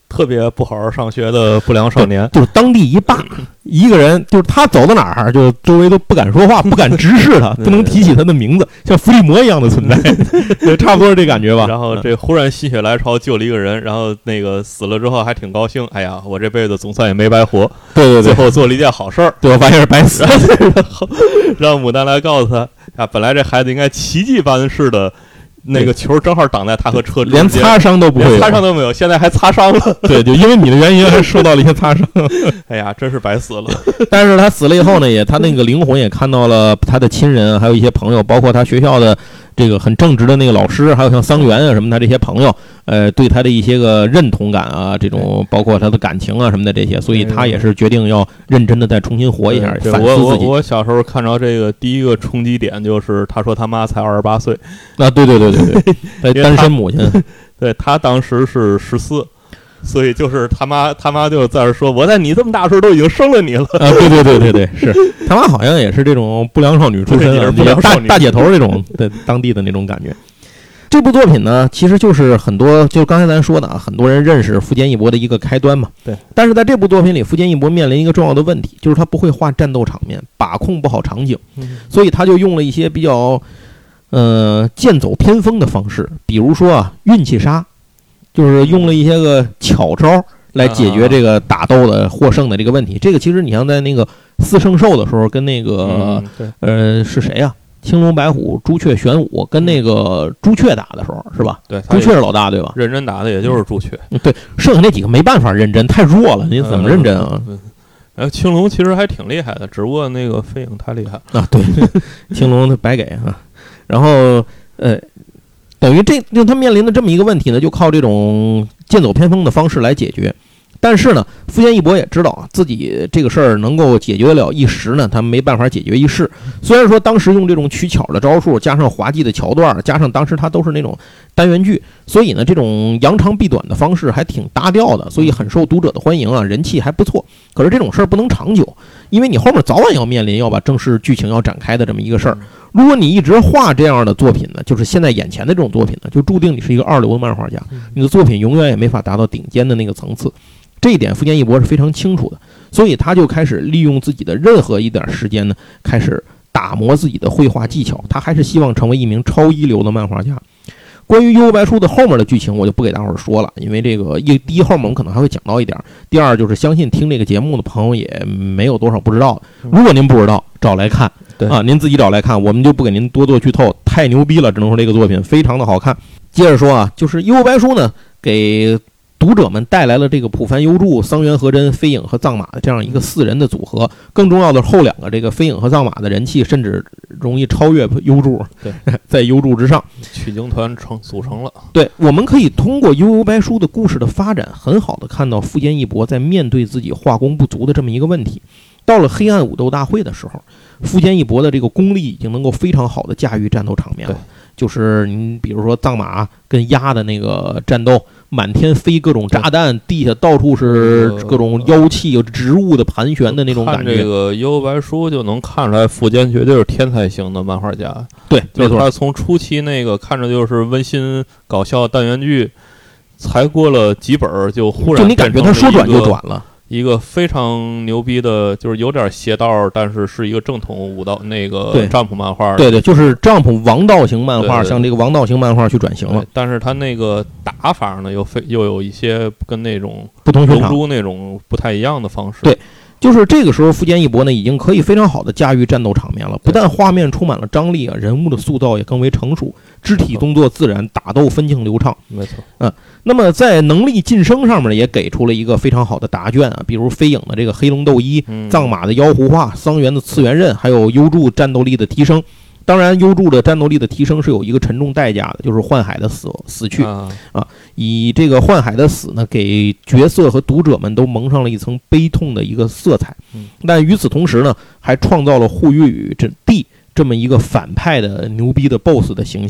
特别不好好上学的不良少年， 就是当地一霸，一个人就是他走到哪儿，就周围都不敢说话，不敢直视他，不能提起他的名字，像伏地魔一样的存在，对，差不多是这感觉吧。 然后这忽然心血来潮救了一个人，然后那个死了之后还挺高兴，哎呀，我这辈子总算也没白活。 对对对， 最后做了一件好事儿， 对我发现是白死了， 然后让牡丹来告诉他啊，本来这孩子应该奇迹般似的。那个球正好挡在他和车之间， 连擦伤都不会有， 擦伤都没有，现在还擦伤了。 对，就因为你的原因还受到了一些擦伤。 哎呀，真是白死了。 但是他死了以后呢，他那个灵魂也看到了他的亲人，还有一些朋友，包括他学校的这个很正直的那个老师，还有像桑园啊什么他这些朋友，对他的一些个认同感啊，这种包括他的感情啊什么的这些，所以他也是决定要认真的再重新活一下，反思自己。 我小时候看着这个第一个冲击点就是他说他妈才28岁啊，对，单身母亲， 对他当时是14。所以就是他妈就在这说，我在你这么大时候都已经生了你了啊！对，是他妈好像也是这种不良少女出身的，大姐头这种的当地的那种感觉。这部作品呢，其实就是很多，就刚才咱说的啊，很多人认识富坚义博的一个开端嘛。 对。 但是在这部作品里，富坚义博面临一个重要的问题，就是他不会画战斗场面，把控不好场景，所以他就用了一些比较剑走偏锋的方式，比如说啊，运气杀。就是用了一些个巧招来解决这个打斗的获胜的这个问题。这个其实你像在那个四圣兽的时候，跟那个是谁呀？青龙白虎朱雀玄武跟那个朱雀打的时候是吧？ 对， 朱雀是老大对吧？ 认真打的也就是朱雀。 对，剩下那几个没办法认真，太弱了，你怎么认真啊？ 青龙其实还挺厉害的，只不过那个飞影太厉害啊。对，青龙白给啊。然后等于他面临的这么一个问题呢，就靠这种剑走偏锋的方式来解决。但是呢，富坚义博也知道啊，自己这个事儿能够解决得了一时呢，他没办法解决一世。虽然说当时用这种取巧的招数，加上滑稽的桥段，加上当时他都是那种单元剧，所以呢，这种扬长避短的方式还挺搭调的，所以很受读者的欢迎啊，人气还不错。可是这种事儿不能长久，因为你后面早晚要面临要把正式剧情要展开的这么一个事儿。如果你一直画这样的作品呢，就是现在眼前的这种作品呢，就注定你是一个二流的漫画家，你的作品永远也没法达到顶尖的那个层次。这一点富坚义博是非常清楚的，所以他就开始利用自己的任何一点时间呢，开始打磨自己的绘画技巧。他还是希望成为一名超一流的漫画家。关于《幽游白书》的后面的剧情，我就不给大伙儿说了，因为这个第一后面我们可能还会讲到一点。第二就是相信听这个节目的朋友也没有多少不知道的。如果您不知道，找来看啊，您自己找来看，我们就不给您多做剧透，太牛逼了，只能说这个作品非常的好看。接着说啊，就是《幽游白书》呢，给读者们带来了这个浦帆幽助、桑原和真、飞影和藏马的这样一个4人的组合。更重要的是后2个这个飞影和藏马的人气甚至容易超越幽助， 对， 在幽助之上， 取经团组成了。 对，我们可以通过幽游白书的故事的发展，很好的看到富坚义博在面对自己画工不足的这么一个问题。到了黑暗武斗大会的时候，富坚义博的这个功力已经能够非常好的驾驭战斗场面了。就是你比如说藏马跟鸭的那个战斗，满天飞各种炸弹，地下到处是各种妖气、有植物的盘旋的那种感觉。 看这个《幽游白书》就能看出来，富坚绝对是天才型的漫画家。 对， 就是他从初期那个看着就是温馨搞笑单元剧，才过了几本就忽然就你感觉他说转就转了。 一个非常牛逼的，就是有点邪道，但是是一个正统武道那个Jump漫画。 对，就是 Jump 王道型漫画，向这个王道型漫画去转型了。 但是他那个打法呢，又有一些跟那种不同寻常、 龙珠那种不太一样的方式。 对。就是这个时候，富坚义博呢已经可以非常好的驾驭战斗场面了。不但画面充满了张力啊，人物的塑造也更为成熟，肢体动作自然，打斗分镜流畅。 没错， 那么在能力晋升上面也给出了一个非常好的答卷啊，比如飞影的这个黑龙斗衣，藏马的妖狐化，桑原的次元刃，还有幽助战斗力的提升。当然，幽助的战斗力的提升是有一个沉重代价的，就是幻海的死去啊。以这个幻海的死呢，给角色和读者们都蒙上了一层悲痛的一个色彩。但与此同时呢，还创造了护玉与地这么一个反派的牛逼的 BOSS 的形象。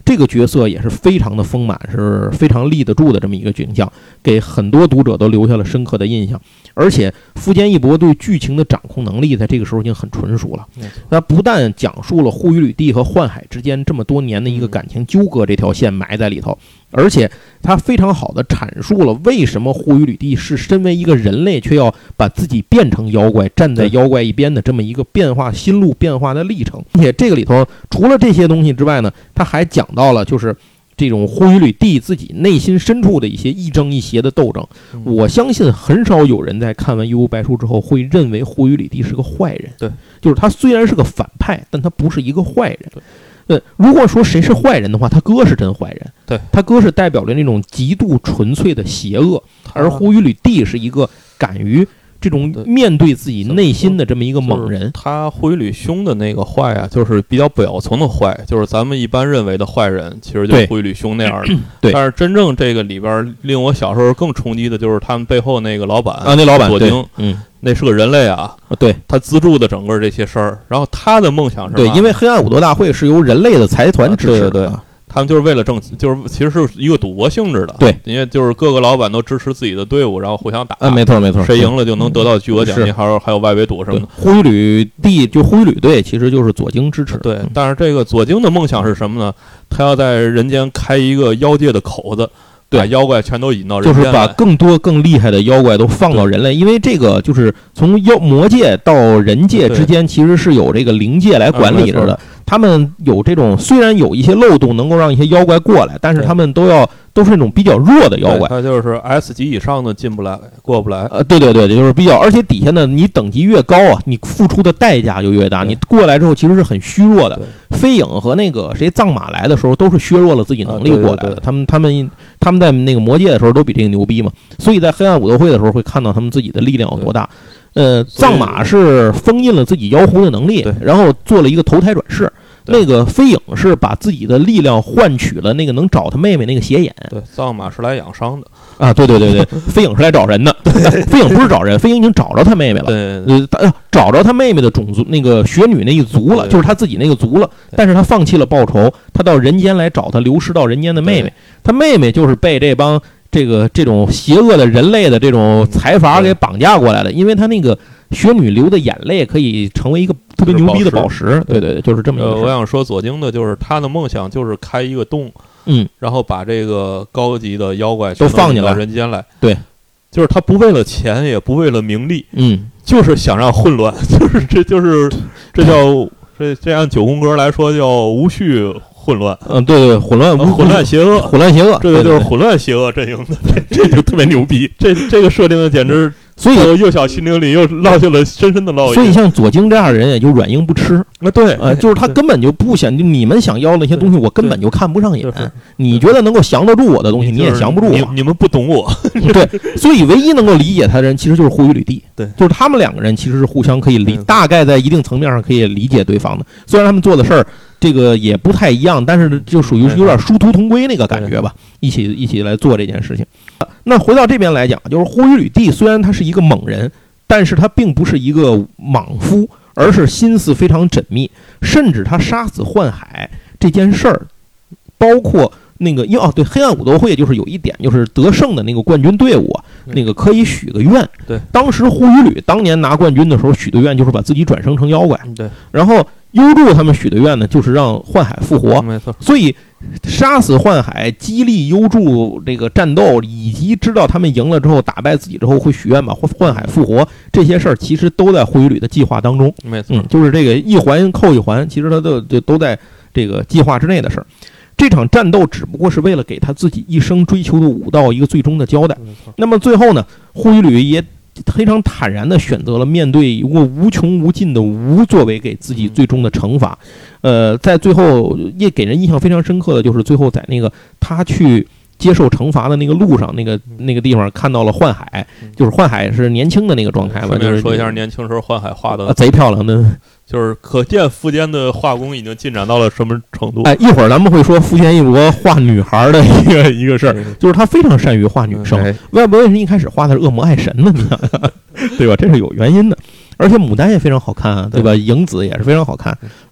这个角色也是非常的丰满，是非常立得住的这么一个景象，给很多读者都留下了深刻的印象。而且富坚义博对剧情的掌控能力在这个时候已经很纯熟了，他不但讲述了户羽吕地和幻海之间这么多年的一个感情纠葛这条线埋在里头，而且他非常好的阐述了为什么户羽吕地是身为一个人类却要把自己变成妖怪，站在妖怪一边的这么一个变化心路变化的历程。而且这个里头除了这些东西之外呢，他还讲到了就是这种户羽吕地自己内心深处的一些亦正亦邪的斗争。我相信很少有人在看完《幽游白书》之后会认为户羽吕地是个坏人。 对， 就是他虽然是个反派，但他不是一个坏人。如果说谁是坏人的话，他哥是真坏人。 对，他哥是代表着那种极度纯粹的邪恶，而户羽吕地是一个敢于这种面对自己内心的这么一个猛人。 他户羽吕兄的那个坏啊，就是比较表层的坏，就是咱们一般认为的坏人，其实就是户羽吕兄那样的。 对， 但是真正这个里边令我小时候更冲击的就是他们背后那个老板啊，那老板左京，那是个人类啊， 对， 他资助的整个这些事儿，然后他的梦想是对，因为黑暗武斗大会是由人类的财团支持的， 对。他们就是为了挣，就是其实是一个赌博性质的， 对， 因为就是各个老板都支持自己的队伍，然后互相打， 没错没错， 谁赢了就能得到巨额奖金，还有外围赌什么的。 户羽吕地就户羽吕队其实就是左京支持， 对。但是这个左京的梦想是什么呢？他要在人间开一个妖界的口子。把妖怪全都引到人间， 就是把更多更厉害的妖怪都放到人类，因为这个就是从魔界到人界之间其实是有这个灵界来管理着的。他们有这种虽然有一些漏洞能够让一些妖怪过来，但是他们都是那种比较弱的妖怪， 他就是 S 级以上的进不来过不来。 对，就是比较，而且底下呢你等级越高啊，你付出的代价就越大。你过来之后其实是很虚弱的。飞影和那个谁藏马来的时候都是削弱了自己能力过来的，他们在那个魔界的时候都比这个牛逼嘛，所以在黑暗武斗会的时候会看到他们自己的力量有多大。藏马是封印了自己妖狐的能力，然后做了一个投胎转世。那个飞影是把自己的力量换取了那个能找他妹妹那个邪眼。 对，藏马是来养伤的啊，对，飞影是来找人的。飞影不是找人，飞影已经找着他妹妹了。 对， 找着他妹妹的种族，那个雪女那一族了，就是他自己那个族了。但是他放弃了报仇，他到人间来找他流失到人间的妹妹。他妹妹就是被这帮这种邪恶的人类的这种财阀给绑架过来的，因为他那个雪女流的眼泪可以成为一个特别牛逼的宝石。对，就是这么一个。 我想说左京的就是他的梦想就是开一个洞，然后把这个高级的妖怪都放进到人间来。 对， 就是他不为了钱，也不为了名利，就是想让混乱，这叫这按九宫格来说叫无序混乱。 对，混乱邪恶，这个就是混乱邪恶阵营的， 这就特别牛逼。 这个设定的简直。所以幼小心灵里又落下了深深的烙印。 所以像左京这样的人也就软硬不吃。 对， 就是他根本就不想，你们想要那些东西，我根本就看不上眼。你觉得能够降得住我的东西，你也降不住我。 你们不懂我。 对，所以唯一能够理解他的人，其实就是户羽吕地。 对， 就是他们两个人其实是互相可以大概在一定层面上可以理解对方的。虽然他们做的事儿这个也不太一样，但是就属于有点殊途同归那个感觉吧。一起来做这件事情。那回到这边来讲，就是户羽吕地虽然他是一个猛人，但是他并不是一个莽夫，而是心思非常缜密，甚至他杀死幻海这件事儿，包括那个对，黑暗武斗会就是有一点，就是得胜的那个冠军队伍啊，那个可以许个愿。 对， 当时户羽吕当年拿冠军的时候许的愿就是把自己转生成妖怪。 对， 然后幽助他们许的愿呢，就是让幻海复活。 没错， 所以杀死幻海，激励幽助这个战斗，以及知道他们赢了之后打败自己之后会许愿把幻海复活，这些事儿其实都在户羽吕的计划当中。 没错， 就是这个一环扣一环，其实他都在这个计划之内的事儿。这场战斗只不过是为了给他自己一生追求的武道一个最终的交代。那么最后呢，户羽吕也非常坦然地选择了面对一个无穷无尽的无作为给自己最终的惩罚。在最后也给人印象非常深刻的就是最后在那个他去接受惩罚的那个路上，那个地方看到了幻海，就是幻海是年轻的那个状态吧。就是说一下年轻时候幻海画的贼漂亮的。 就是可见富坚的画工已经进展到了什么程度。 一会儿咱们会说富坚义博画女孩的一个事儿，就是他非常善于画女生。为什么一开始画的是恶魔爱神呢？你看，对吧？这是有原因的。而且牡丹也非常好看啊，对吧？影子也是非常好看。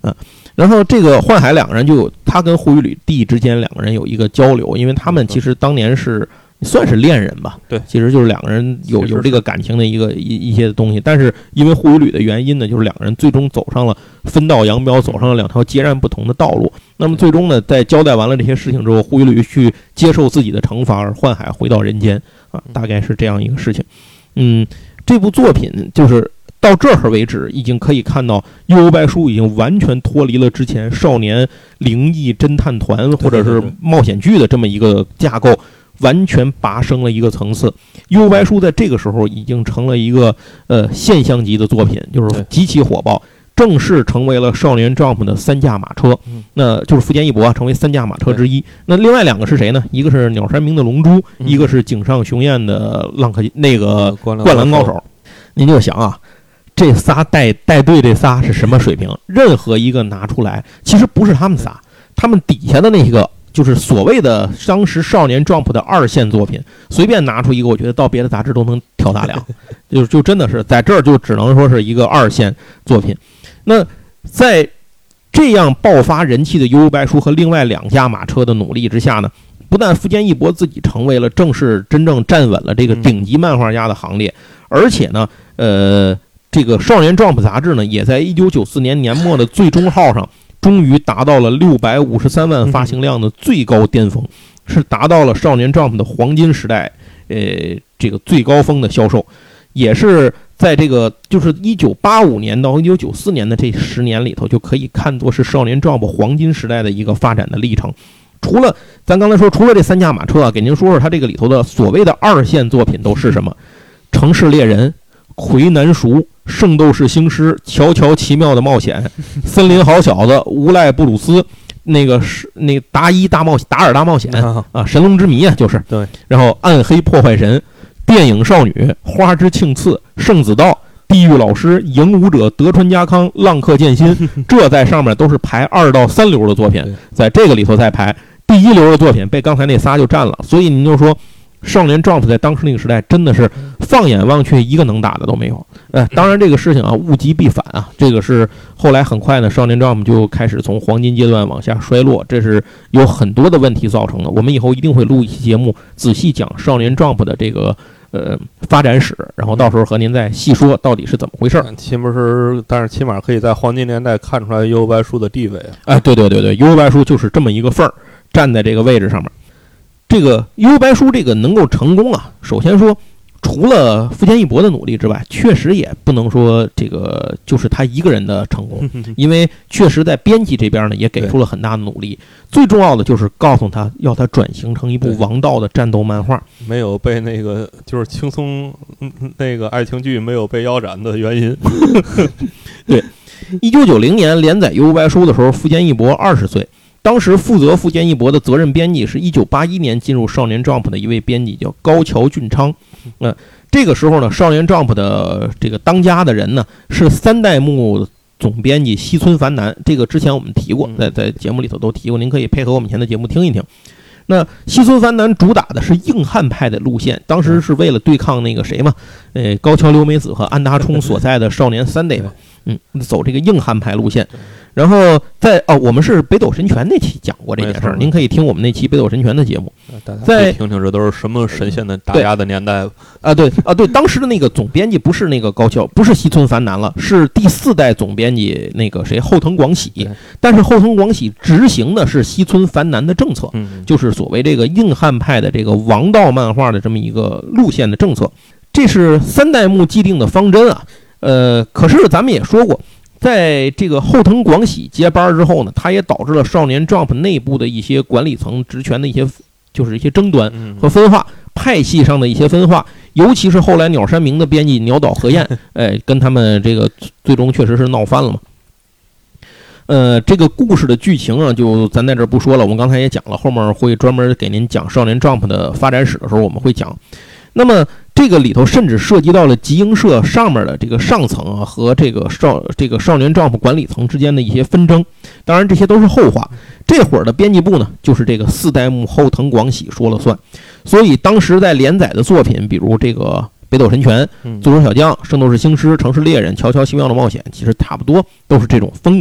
然后这个幻海两个人他跟护宇吕帝之间两个人有一个交流，因为他们其实当年是算是恋人吧， 对， 其实就是两个人有这个感情的一些东西，但是因为护宇吕的原因呢，就是两个人最终走上了分道扬镳，走上了两条截然不同的道路。那么最终呢，在交代完了这些事情之后，护宇吕去接受自己的惩罚，而幻海回到人间啊，大概是这样一个事情。这部作品就是到这儿为止，已经可以看到《幽游白书》已经完全脱离了之前少年灵异侦探团或者是冒险剧的这么一个架构，完全拔升了一个层次。《幽游白书》在这个时候已经成了一个现象级的作品，就是极其火爆，正式成为了少年 Jump 的3驾马车，那就是富坚义博成为3驾马车之一。那另外2个是谁呢？一个是鸟山明的龙珠，一个是井上雄彦的浪客那个灌篮高手。您就想啊，这仨带队这仨是什么水平？任何一个拿出来，其实不是他们仨，他们底下的那个就是所谓的当时少年 Jump 的2线作品，随便拿出一个，我觉得到别的杂志都能挑大梁，就真的是在这儿就只能说是一个2线作品。那在这样爆发人气的幽游白书和另外2驾马车的努力之下呢，不但富坚义博自己成为了正式真正站稳了这个顶级漫画家的行列，而且呢，这个少年 Jump 杂志呢，也在1994年年末的最终号上，终于达到了653万发行量的最高巅峰，是达到了少年 Jump 的黄金时代，这个最高峰的销售，也是在这个就是1985年到1994年的这10年里头，就可以看作是少年 Jump 黄金时代的一个发展的历程。除了咱刚才说，除了这3驾马车啊，给您说说它这个里头的所谓的2线作品都是什么：城市猎人、魁南熟、圣斗士星矢、乔乔奇妙的冒险、森林好小子、无赖布鲁斯、那个达尔大冒险啊，神龙之谜啊，就是对， 然后暗黑破坏神、电影少女、花之庆次、圣子道、地狱老师、影武者、德川家康、浪客剑心，这在上面都是排2到3流的作品，在这个里头再排第1流的作品被刚才那仨就占了。所以您就说少年 Jump 在当时那个时代真的是放眼望去一个能打的都没有。当然这个事情啊，物极必反啊，这个是后来很快呢，少年 Jump 就开始从黄金阶段往下衰落，这是有很多的问题造成的。我们以后一定会录一期节目仔细讲少年 Jump 的这个发展史，然后到时候和您再细说到底是怎么回事。 但是起码可以在黄金年代看出来幽游白书的地位啊。 对，幽游白书就是这么一个份儿，站在这个位置上面。这个幽游白书这个能够成功啊，首先说除了富坚义博的努力之外，确实也不能说这个就是他一个人的成功，因为确实在编辑这边呢也给出了很大的努力。最重要的就是告诉他要他转型成一部王道的战斗漫画， 没有被那个就是轻松那个爱情剧没有被腰斩的原因。 对，1990年连载幽游白书的时候，富坚义博20岁。当时负责富坚义博的责任编辑是1981年进入少年 Jump 的一位编辑，叫高桥俊昌。这个时候呢，少年 Jump 的这个当家的人呢是3代目总编辑西村繁男，这个之前我们提过，在节目里头都提过，您可以配合我们以前的节目听一听。那西村繁男主打的是硬汉派的路线，当时是为了对抗那个谁嘛，高桥留美子和安达充所在的少年Sunday嘛，走这个硬汉派路线。然后我们是北斗神拳那期讲过这件事儿，您可以听我们那期北斗神拳的节目， 再听听这都是什么神仙的打压的年代对，当时的那个总编辑不是那个高桥，不是西村繁男了，是第4代总编辑那个谁后藤广喜，但是后藤广喜执行的是西村繁男的政策，就是所谓这个硬汉派的这个王道漫画的这么一个路线的政策，这是3代目既定的方针啊。可是咱们也说过，在这个后藤广喜接班之后呢，它也导致了少年 Jump 内部的一些管理层职权的一些争端和分化，派系上的一些分化，尤其是后来鸟山明的编辑鸟岛和彦，跟他们这个最终确实是闹翻了嘛。这个故事的剧情啊，就咱在这不说了，我们刚才也讲了，后面会专门给您讲少年 Jump 的发展史的时候我们会讲。那么这个里头甚至涉及到了集英社上面的这个上层啊和这个少年 Jump 管理层之间的一些纷争，当然这些都是后话。这会儿的编辑部呢，就是这个4代目后藤广喜说了算，所以当时在连载的作品，比如这个北斗神拳、足球小将、圣斗士星矢、城市猎人、乔乔奇妙的冒险，其实差不多都是这种风格。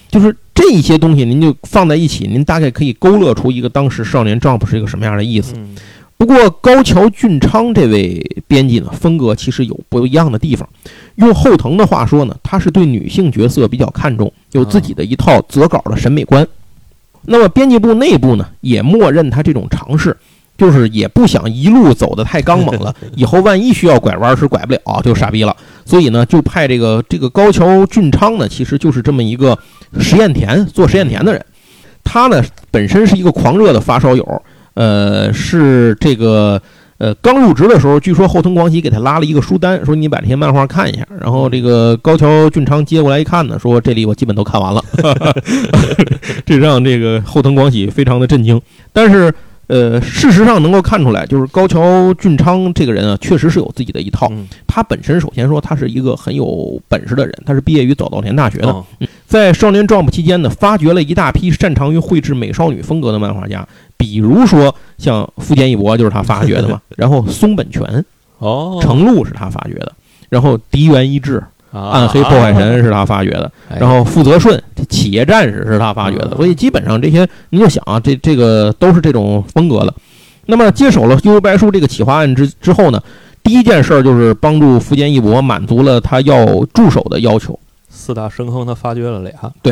就是这一些东西您就放在一起，您大概可以勾勒出一个当时少年 Jump 是一个什么样的意思。不过高桥俊昌这位编辑呢，风格其实有不一样的地方。用后藤的话说呢，他是对女性角色比较看重，有自己的一套择稿的审美观。那么编辑部内部呢，也默认他这种尝试，就是也不想一路走得太刚猛了，以后万一需要拐弯是拐不了，就傻逼了。所以呢，就派这个高桥俊昌呢，其实就是这么一个做实验田的人。他呢本身是一个狂热的发烧友。是这个刚入职的时候，据说后藤广喜给他拉了一个书单，说你把这些漫画看一下。然后这个高桥俊昌接过来一看呢，说这里我基本都看完了，这让这个后藤广喜非常的震惊。但是事实上能够看出来，就是高桥俊昌这个人啊，确实是有自己的一套。他本身首先说他是一个很有本事的人，他是毕业于早稻田大学的，在少年 Jump 期间呢，发掘了一大批擅长于绘制美少女风格的漫画家。比如说像富坚义博就是他发掘的嘛，然后松本泉、程璐是他发掘的，然后荻原一志、暗黑破坏神是他发掘的，然后富泽顺企业战士是他发掘的，所以基本上这些你就想啊，这个都是这种风格的。那么接手了幽游白书这个企划案之后呢，第一件事就是帮助富坚义博满足了他要助手的要求。 4大深坑他发掘了俩， 对。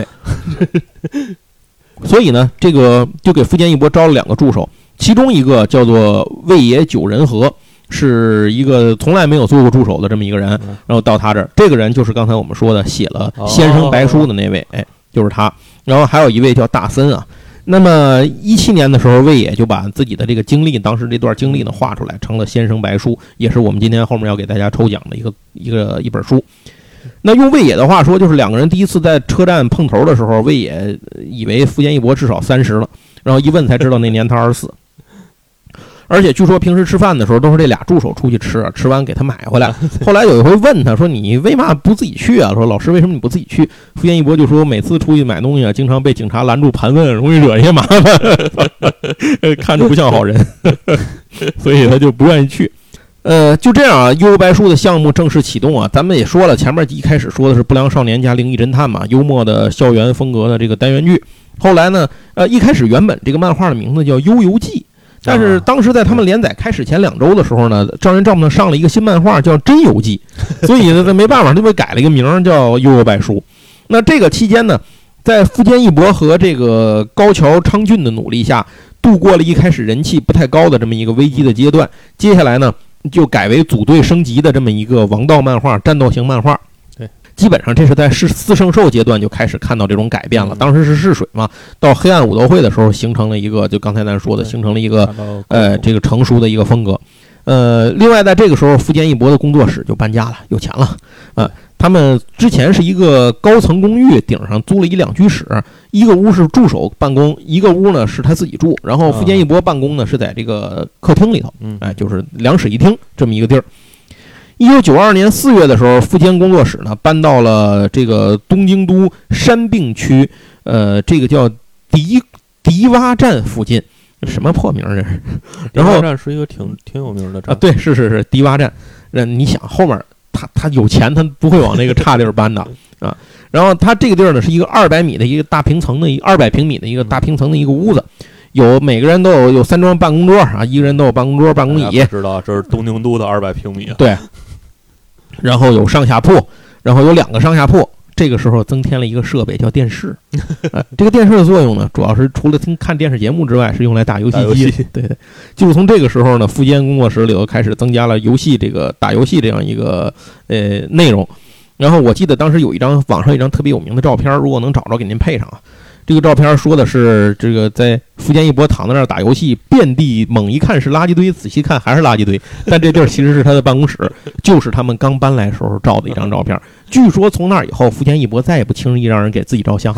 所以呢，这个就给富坚义博招了2个助手，其中一个叫做魏野久仁和，是一个从来没有做过助手的这么一个人。然后到他这儿，这个人就是刚才我们说的写了《先生白书》的那位，就是他。然后还有一位叫大森啊。那么17年的时候，魏野就把自己的这个经历，当时这段经历呢画出来，成了《先生白书》，也是我们今天后面要给大家抽奖的一本书。那用魏野的话说，就是2个人第一次在车站碰头的时候，魏野以为富坚义博至少30了，然后一问才知道那年他24。而且据说平时吃饭的时候都是这俩助手出去吃，吃完给他买回来。后来有一回问他说：“你为嘛不自己去啊？”说：“老师，为什么你不自己去？”富坚义博就说：“每次出去买东西啊，经常被警察拦住盘问，容易惹一些麻烦，看着不像好人，所以他就不愿意去。”就这样啊，幽游白书的项目正式启动啊。咱们也说了，前面一开始说的是不良少年加灵异侦探嘛，幽默的校园风格的这个单元剧。后来呢，一开始原本这个漫画的名字叫《幽游记》，但是当时在他们连载开始前2周的时候呢，少年 Jump 呢上了一个新漫画叫《真游记》，所以呢没办法，就被改了一个名叫幽游白书。那这个期间呢，在富坚义博和这个高桥昌俊的努力下，度过了一开始人气不太高的这么一个危机的阶段。接下来呢，就改为组队升级的这么一个王道漫画，战斗型漫画。 对， 基本上这是在4圣兽阶段就开始看到这种改变了。当时是试水嘛，到黑暗武斗会的时候形成了一个，就刚才咱说的，形成了一个这个成熟的一个风格。另外在这个时候，富坚义博的工作室就搬家了，有钱了。他们之前是一个高层公寓，顶上租了1两居室，一个屋是助手办公，一个屋呢是他自己住，然后富坚义博办公呢是在这个客厅里头，就是2室1厅这么一个地儿。1992年4月的时候，富坚工作室呢搬到了这个东京都山并区，这个叫迪洼站附近，什么破名这是？然后迪洼站是一个挺有名的站啊，对，是迪洼站。你想后面他有钱，他不会往那个差地儿搬的啊。然后他这个地儿呢是一个200米的一个大平层的200平米的一个大平层的一个屋子。每个人都有3张办公桌啊，一个人都有办公桌、办公椅。 知道这是东京都的200平米啊。 对。然后有上下铺，然后有2个上下铺。这个时候增添了一个设备叫电视。这个电视的作用呢，主要是除了看电视节目之外，是用来打游戏机。对，就是从这个时候呢，富坚工作室里头开始增加了游戏打游戏这样一个内容。然后我记得当时有网上一张特别有名的照片，如果能找着给您配上啊。这个照片说的是这个在富坚义博躺在那儿打游戏，遍地猛一看是垃圾堆，仔细看还是垃圾堆，但这地儿其实是他的办公室，就是他们刚搬来时候照的一张照片。据说从那以后，富坚义博再也不轻易让人给自己照相。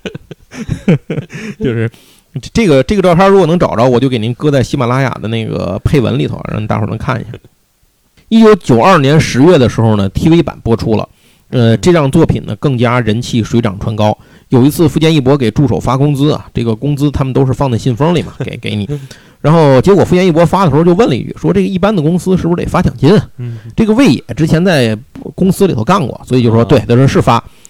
就是这个照片如果能找着，我就给您搁在喜马拉雅的那个配文里头，让大伙儿能看一下。1992年10月的时候呢 ，TV 版播出了。这张作品呢更加人气水涨船高。有一次富坚义博给助手发工资啊，这个工资他们都是放在信封里嘛，给你。然后结果富坚义博发的时候就问了一句，说这个一般的公司是不是得发奖金啊？这个魏野之前在公司里头干过，所以就说对，是发。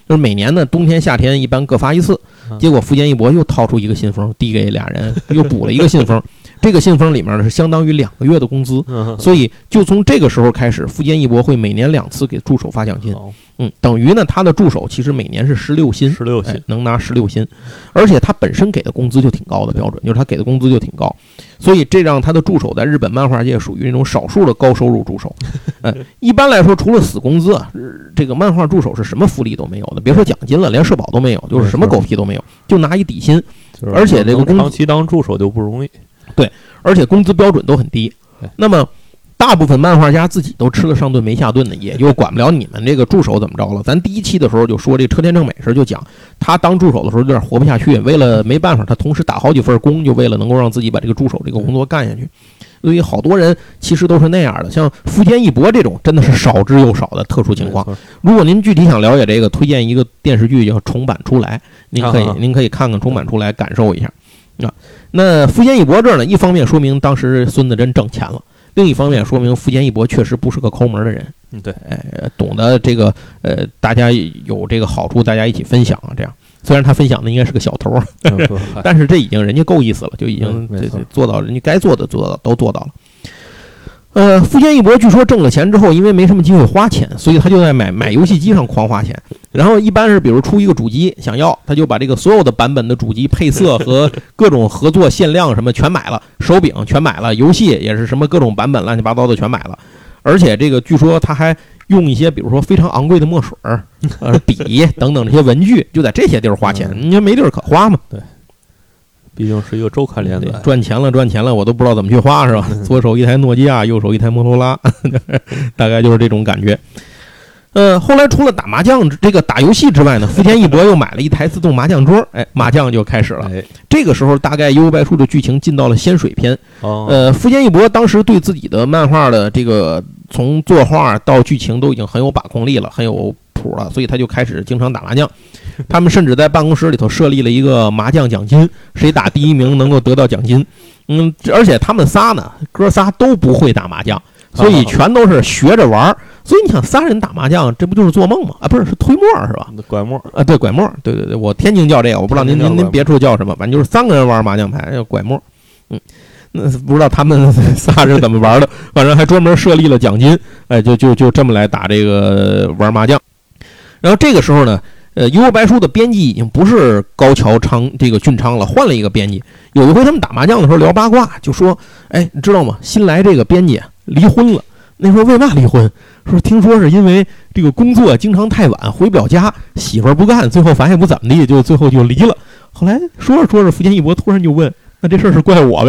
就是每年呢冬天夏天一般各发一次。结果富坚义博又掏出一个信封递给俩人，又补了一个信封。这个信封里面呢是相当于2个月的工资，所以就从这个时候开始，富坚义博会每年2次给助手发奖金。等于呢他的助手其实每年是16薪，能拿16薪，而且他本身给的工资就挺高的标准，就是他给的工资就挺高，所以这让他的助手在日本漫画界属于那种少数的高收入助手。一般来说，除了死工资啊，这个漫画助手是什么福利都没有的，别说奖金了，连社保都没有，就是什么狗屁都没有，就拿一底薪，而且这个长期当助手就不容易。 对，而且工资标准都很低。那么大部分漫画家自己都吃了上顿没下顿的，也就管不了你们这个助手怎么着了。咱第1期的时候就说，这车田正美时就讲，他当助手的时候有点活不下去，为了没办法，他同时打好几份工，就为了能够让自己把这个助手这个工作干下去。所以好多人其实都是那样的，像富坚义博这种真的是少之又少的特殊情况。如果您具体想了解这个，推荐一个电视剧叫《重版出来》，您可以看看《重版出来》，感受一下。那富坚义博这儿呢，一方面说明当时孙子真挣钱了，另一方面说明富坚义博确实不是个抠门的人。 对， 懂得这个大家有这个好处，大家一起分享啊，这样。虽然他分享的应该是个小头，但是这已经人家够意思了，就已经做到人家该做的都做到了。富坚义博据说挣了钱之后，因为没什么机会花钱，所以他就在买游戏机上狂花钱。然后一般是比如出一个主机想要，他就把这个所有的版本的主机配色和各种合作限量什么全买了，手柄全买了，游戏也是什么各种版本乱七八糟的全买了。而且这个据说他还用一些比如说非常昂贵的墨水笔等等这些文具，就在这些地儿花钱，你说没地儿可花嘛。 对，毕竟是一个周刊连载， 赚钱了，我都不知道怎么去花，是吧？左手一台诺基亚，右手一台摩托拉，大概就是这种感觉。后来除了打麻将这个打游戏之外呢，富坚义博又买了一台自动麻将桌，麻将就开始了。这个时候大概《幽游白书》的剧情进到了仙水篇。富坚义博当时对自己的漫画的这个从作画到剧情都已经很有把控力了，很有谱了，所以他就开始经常打麻将。他们甚至在办公室里头设立了一个麻将奖金，谁打第1名能够得到奖金。而且他们仨呢，哥仨都不会打麻将，所以全都是学着玩。所以你想，3人打麻将，这不就是做梦吗？不是推磨是吧？ 拐磨啊，对，拐磨，对，我天津叫这个，我不知道您别处叫什么，反正就是3个人玩麻将牌叫拐磨。那不知道他们仨是怎么玩的，反正还专门设立了奖金，就这么来打这个玩麻将。然后这个时候呢，幽游白书的编辑已经不是高桥俊昌了，换了一个编辑。有一回他们打麻将的时候聊八卦，就说，你知道吗？新来这个编辑离婚了。那时候为嘛离婚？说听说是因为这个工作经常太晚回不了家，媳妇儿不干，最后反正也不怎么地，就最后就离了。后来说着富坚义博突然就问，那这事儿是怪我呗？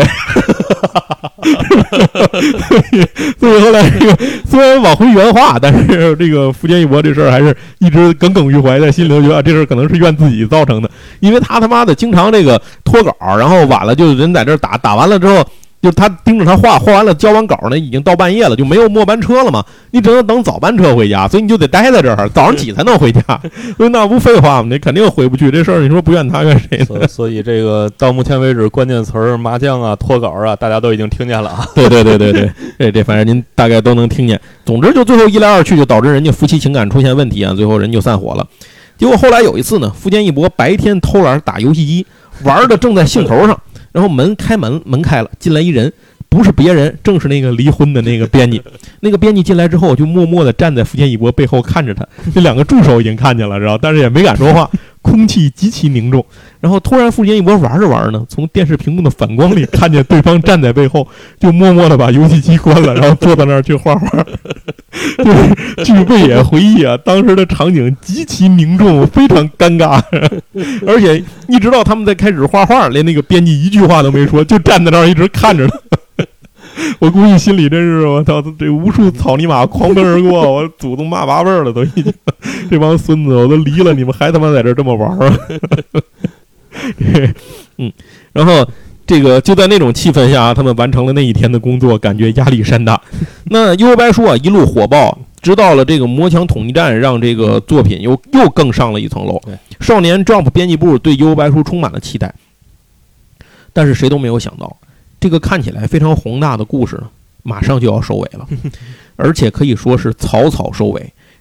所以后来这个虽然往回原话，但是这个富坚义博这事儿还是一直耿耿于怀，在心里头觉得这事儿可能是怨自己造成的，因为他妈的经常这个脱稿，然后晚了就人在这儿打完了之后。就是他盯着他画完了交完稿呢，已经到半夜了，就没有末班车了嘛，你只能等早班车回家，所以你就得待在这儿，早上起才能回家。所以那不废话吗？你肯定回不去，这事儿你说不怨他怨谁呢？ 所以这个到目前为止关键词儿麻将啊、脱稿啊，大家都已经听见了啊。 对，这反正您大概都能听见。总之就最后一来二去，就导致人家夫妻情感出现问题啊，最后人就散伙了。结果后来有一次呢，富坚义博白天偷懒打游戏机，玩的正在兴头上。然后门开了，进来一人，不是别人，正是那个离婚的那个编辑。那个编辑进来之后，就默默地站在富坚义博背后看着他。这2个助手已经看见了，知道，但是也没敢说话，空气极其凝重。然后突然富坚义博玩着玩着呢，从电视屏幕的反光里看见对方站在背后，就默默地把游戏机关了，然后坐在那儿去画画。就是据贝野回忆啊，当时的场景极其凝重，非常尴尬，而且一直到他们在开始画画，连那个编辑一句话都没说，就站在那儿一直看着他。我估计心里真是我操，这无数草泥马狂奔而过，我祖宗骂8辈了都已经，这帮孙子我都离了，你们还他妈在这这么玩啊？然后。这个就在那种气氛下，他们完成了那一天的工作，感觉压力山大。那幽游白书啊，一路火爆，直到了这个魔墙统一战，让这个作品又更上了一层楼。少年 Jump 编辑部对幽游白书充满了期待，但是谁都没有想到，这个看起来非常宏大的故事呢，马上就要收尾了，而且可以说是草草收尾。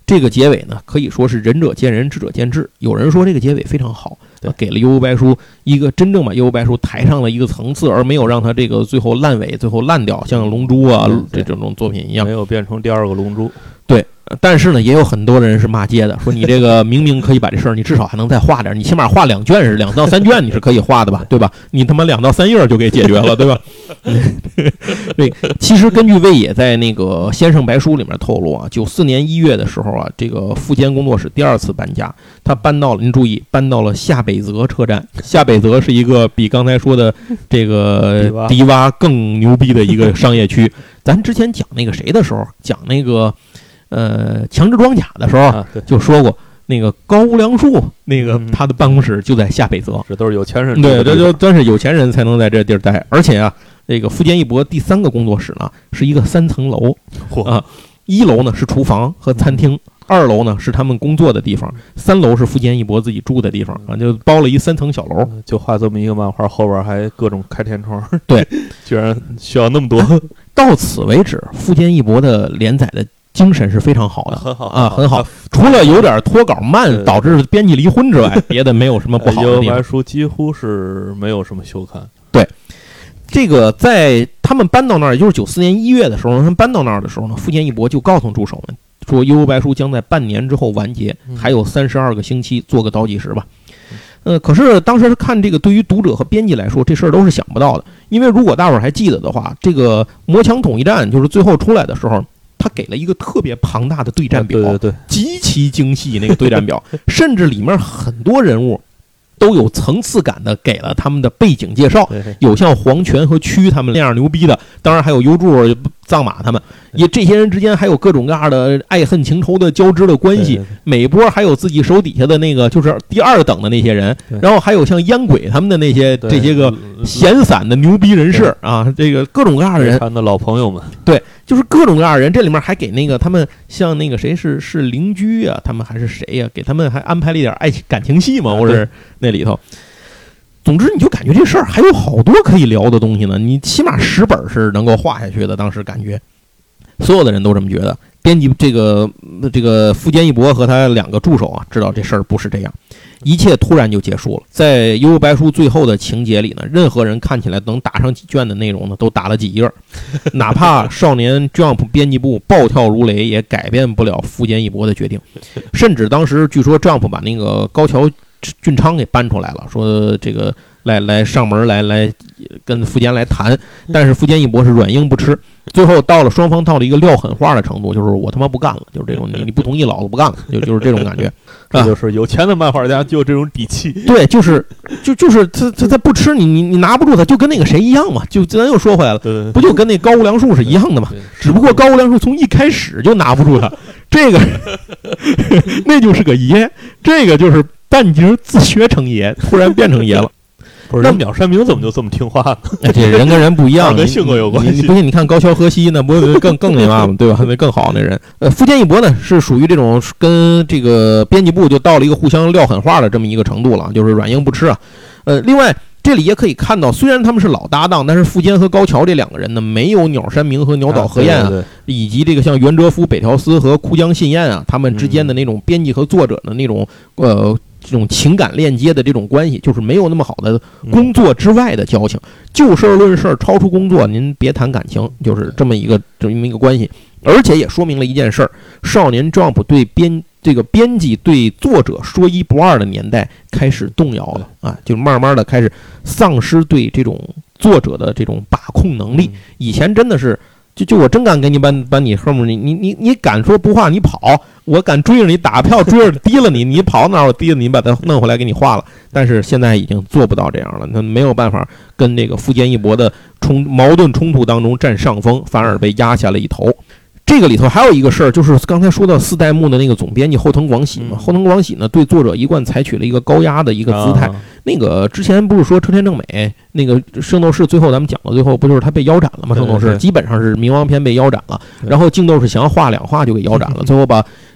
这个结尾呢，可以说是仁者见仁，智者见智。有人说这个结尾非常好，给了《幽游白书》一个真正把《幽游白书》抬上了一个层次，而没有让它这个最后烂尾，最后烂掉，像《龙珠》啊这种作品一样， 没有变成第二个《龙珠》。 对，但是呢，也有很多人是骂街的，说你这个明明可以把这事儿，你至少还能再画点，你起码画2卷是2到3卷，你是可以画的吧，对吧？你他妈2到3页就给解决了，对吧？对，其实根据魏野在那个《先生白书》里面透露啊，94年1月的时候啊，这个富坚工作室第2次搬家，他搬到了，您注意，搬到了下北泽车站。下北泽是一个比刚才说的这个迪洼更牛逼的一个商业区。咱之前讲那个谁的时候，讲那个强制装甲的时候，就说过。那个高屋良树，那个他的办公室就在下北泽， 这都是有钱人。 对，这就真是有钱人才能在这地儿待。而且啊，这个富坚义博第3个工作室呢，是一个3层楼啊，1楼呢是厨房和餐厅，2楼呢是他们工作的地方，3楼是富坚义博自己住的地方啊，就包了一3层小楼。 就画这么一个漫画，后边还各种开天窗。 对， 居然需要那么多。 到此为止，富坚义博的连载的精神是非常好的， 很好啊，很好。除了有点脱稿慢导致编辑离婚之外，别的没有什么不好的地方。 幽游白书几乎是没有什么休刊。 对，这个在他们搬到那儿，也就是94年1月的时候，他们搬到那儿的时候呢，富坚义博就告诉助手们说，幽游白书将在半年之后完结，还有32个星期，做个倒计时吧。可是当时看这个，对于读者和编辑来说，这事儿都是想不到的。因为如果大伙儿还记得的话，这个魔墙统一战就是最后出来的时候，他给了一个特别庞大的对战表， 对， 极其精细那个对战表，甚至里面很多人物都有层次感的给了他们的背景介绍，有像黄泉和屈他们那样牛逼的，当然还有优助、藏马他们，也这些人之间还有各种各样的爱恨情仇的交织的关系，每波还有自己手底下的那个就是第2等的那些人，然后还有像烟鬼他们的那些这些个闲散的牛逼人士啊，这个各种各样的人， 他的老朋友们， 对，就是各种各样的人，这里面还给那个他们像那个谁是邻居啊，他们还是谁呀、给他们还安排了一点感情戏嘛，或者那里头。总之，你就感觉这事儿还有好多可以聊的东西呢。你起码10本是能够画下去的。当时感觉，所有的人都这么觉得。编辑这个富坚义博和他2个助手啊，知道这事儿不是这样，一切突然就结束了。在《幽游白书》最后的情节里呢，任何人看起来能打上几卷的内容呢，都打了几页，哪怕少年 Jump 编辑部暴跳如雷，也改变不了富坚义博的决定。甚至当时据说 Jump 把那个高桥俊昌给搬出来了，说这个来上门来跟富坚来谈，但是富坚义博是软硬不吃，最后双方到了一个撂狠话的程度，就是我他妈不干了，就是这种你不同意老子不干了，就是这种感觉。 这就是有钱的漫画家就有这种底气。 对，就是他不吃你拿不住他，就跟那个谁一样嘛，就咱又说回来了，不就跟那高屋良树是一样的嘛？只不过高屋良树从一开始就拿不住他，这个那就是个爷，这个就是半截自学成爷，突然变成爷了。 不是，那鸟山明怎么就这么听话呢？ 这人跟人不一样， 跟性格有关系。 你不信？你看高桥和希，那不更那嘛嘛，对吧？那更好那人。富坚义博呢，是属于这种跟这个编辑部就到了一个互相撂狠话的这么一个程度了，就是软硬不吃啊。另外这里也可以看到，虽然他们是老搭档，但是富坚和高桥这2个人呢，没有鸟山明和鸟岛和彦啊，以及这个像袁哲夫、北条司和枯江信彦啊，他们之间的那种编辑和作者的那种这种情感链接的这种关系，就是没有那么好的工作之外的交情，就事论事，超出工作您别谈感情，就是这么一个关系。而且也说明了一件事儿，少年 Jump 对编辑对作者说一不二的年代开始动摇了啊，就慢慢的开始丧失对这种作者的这种把控能力。以前真的是就我真敢给你把你后面你敢说不画你跑，我敢追着你打票追着提了你跑哪儿我提了你把它弄回来给你画了。但是现在已经做不到这样了，他没有办法跟这个富坚义博的矛盾冲突当中占上风，反而被压下了一头。这个里头还有一个事儿，就是刚才说到4代目的那个总编辑后藤广喜嘛，后藤广喜呢对作者一贯采取了一个高压的一个姿态。那个之前不是说车田正美那个圣斗士最后咱们讲到最后不就是他被腰斩了吗？圣斗士基本上是冥王篇被腰斩了，然后净斗士想要画2画就给腰斩了，最后把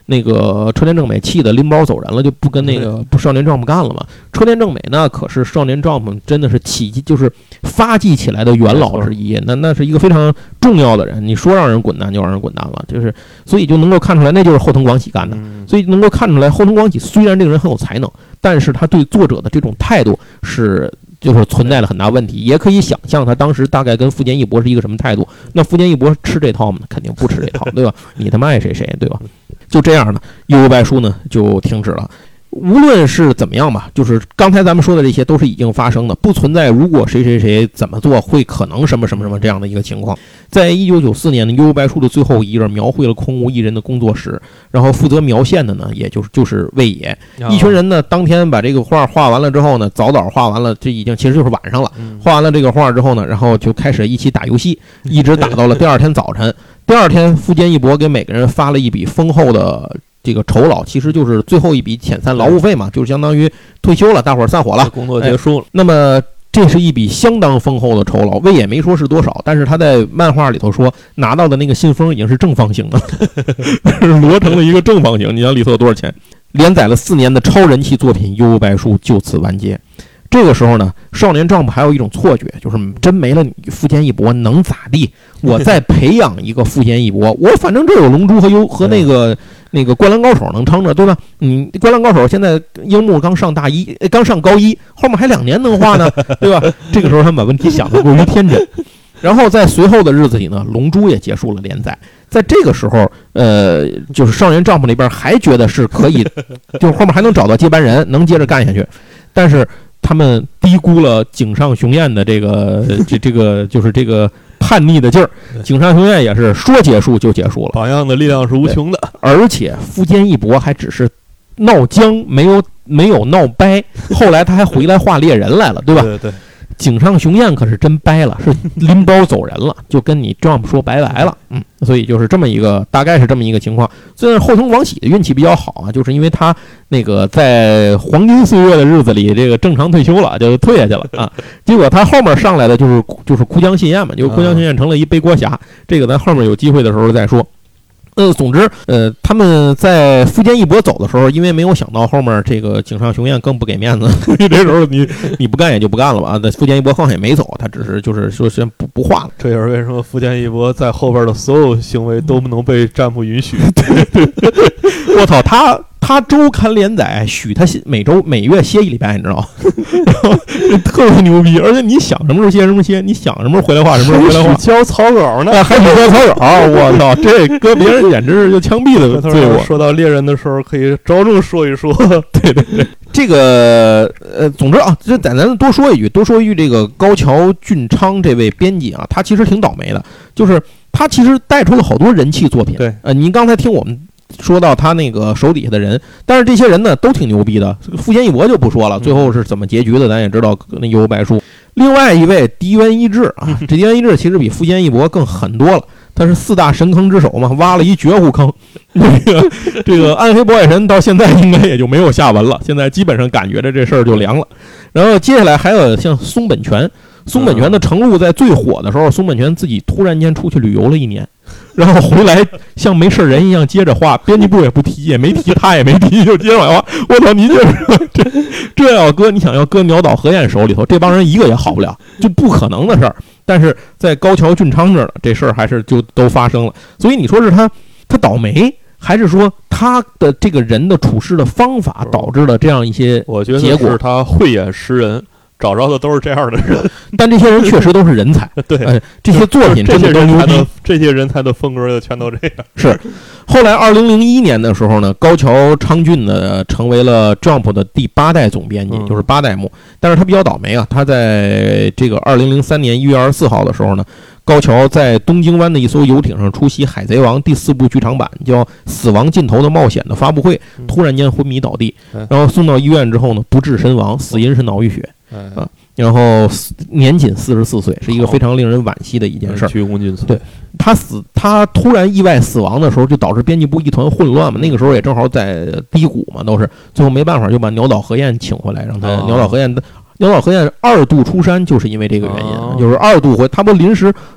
那个车田正美气的拎包走人了，就不跟那个少年 Jump 干了嘛。车田正美呢，可是少年 Jump 真的是就是发迹起来的元老之一，那是一个非常重要的人。你说让人滚蛋就让人滚蛋了，就是所以就能够看出来，那就是后藤广喜干的。所以能够看出来，后藤广喜虽然这个人很有才能，但是他对作者的这种态度就是存在了很大问题，也可以想象他当时大概跟富坚义博是一个什么态度。那富坚义博吃这套吗？肯定不吃这套，对吧？你他妈爱谁谁，对吧？就这样呢，悠悠白书呢就停止了。无论是怎么样吧，就是刚才咱们说的这些都是已经发生的，不存在如果谁谁谁怎么做会可能什么什么什么这样的一个情况。在1994年的悠悠白书的最后一页描绘了空无一人的工作室，然后负责描线的呢，也就是魏野。一群人呢，当天把这个画画完了之后呢，早画完了，这已经其实就是晚上了。画完了这个画之后呢，然后就开始一起打游戏，一直打到了第二天早晨。第二天，富坚义博给每个人发了一笔丰厚的这个酬劳，其实就是最后一笔遣散劳务费嘛，就是相当于退休了，大伙儿散伙了， 工作结束了。 那么这是一笔相当丰厚的酬劳，魏也没说是多少，但是他在漫画里头说拿到的那个信封已经是正方形了，摞成了一个正方形。你想里头有多少钱？连载了4年的超人气作品《幽游白书》就此完结。这个时候呢，少年 Jump 还有一种错觉，就是真没了你富坚义博能咋地？我再培养一个富坚义博，我反正这有龙珠和那个灌篮高手能撑着，对吧？灌篮高手现在樱木刚上高一，后面还2年能画呢，对吧？这个时候他们把问题想得过于天真。然后在随后的日子里呢，龙珠也结束了连载。在这个时候，就是少年 Jump 那边还觉得是可以，就是后面还能找到接班人，能接着干下去，但是他们低估了井上雄彦的这个就是这个叛逆的劲儿。井上雄彦也是说结束就结束了， 榜样的力量是无穷的。 而且富坚义博还只是闹僵，没有闹掰，后来他还回来画猎人来了，对吧？ 对。 井上雄彦可是真掰了，是拎包走人了，就跟你 Jump 说拜拜了。所以就是这么一个，大概是这么一个情况。虽然后藤广喜的运气比较好啊，就是因为他那个在黄金岁月的日子里，这个正常退休了，就退下去了啊。结果他后面上来的就是枯江信彦嘛，就枯江信彦成了一背锅侠。这个咱后面有机会的时候再说。总之，他们在富坚义博走的时候，因为没有想到后面这个井上雄彦更不给面子，这时候你不干也就不干了吧。那富坚义博后面也没走，他只是就是说先不画了。 这也是为什么富坚义博在后边的所有行为都不能被占卜允许。 对，我操，他周刊连载许他每月歇1礼拜，你知道吗？特别牛逼，而且你想什么时候歇什么歇，你想什么时候回来画什么时候回来画， 交草稿呢， 还许交草稿，我操，这搁别人简直是就枪毙的罪过。 说到猎人的时候，可以着重说一说。 对，这个总之啊，这咱多说一句，这个高桥俊昌这位编辑啊，他其实挺倒霉的，就是他其实带出了好多人气作品。 对， 您刚才听我们说到他那个手底下的人，但是这些人呢都挺牛逼的。富坚义博就不说了，最后是怎么结局的，咱也知道。那幽游白书，另外一位荻原一志啊，这荻原一志其实比富坚义博更狠多了。他是4大神坑之首嘛，挖了一绝户坑。这个暗黑破坏神到现在应该也就没有下文了，现在基本上感觉着这事儿就凉了。然后接下来还有像松本泉的成路在最火的时候，松本泉自己突然间出去旅游了1年。然后回来像没事人一样接着画，编辑部也不提，也没提，他也没提，就接着画。我操，你这要搁你想要搁鸟岛和彦手里头，这帮人一个也好不了，就不可能的事儿。但是在高桥俊昌这儿，这事儿还是就都发生了。所以你说是他倒霉，还是说他的这个人的处事的方法导致了这样一些结果？ 我觉得是他慧眼识人。找着的都是这样的人， 但这些人确实都是人才。 对， 这些作品真的都牛逼， 这些人才的风格就全都这样。 是，后来2001年的时候呢，高桥昌俊呢成为了 Jump 的第8代总编辑，就是8代目。但是他比较倒霉啊，他在这个2003年1月24号的时候呢，高桥在东京湾的一艘游艇上出席《海贼王》第4部剧场版叫《死亡尽头的冒险》的发布会，突然间昏迷倒地，然后送到医院之后呢，不治身亡，死因是脑溢血。然后年仅44岁，是一个非常令人惋惜的一件事儿。对，他突然意外死亡的时候，就导致编辑部一团混乱嘛。那个时候也正好在低谷嘛，都是最后没办法就把鸟岛和彦请回来，让他鸟岛和彦2度出山，就是因为这个原因，就是2度回他不临时他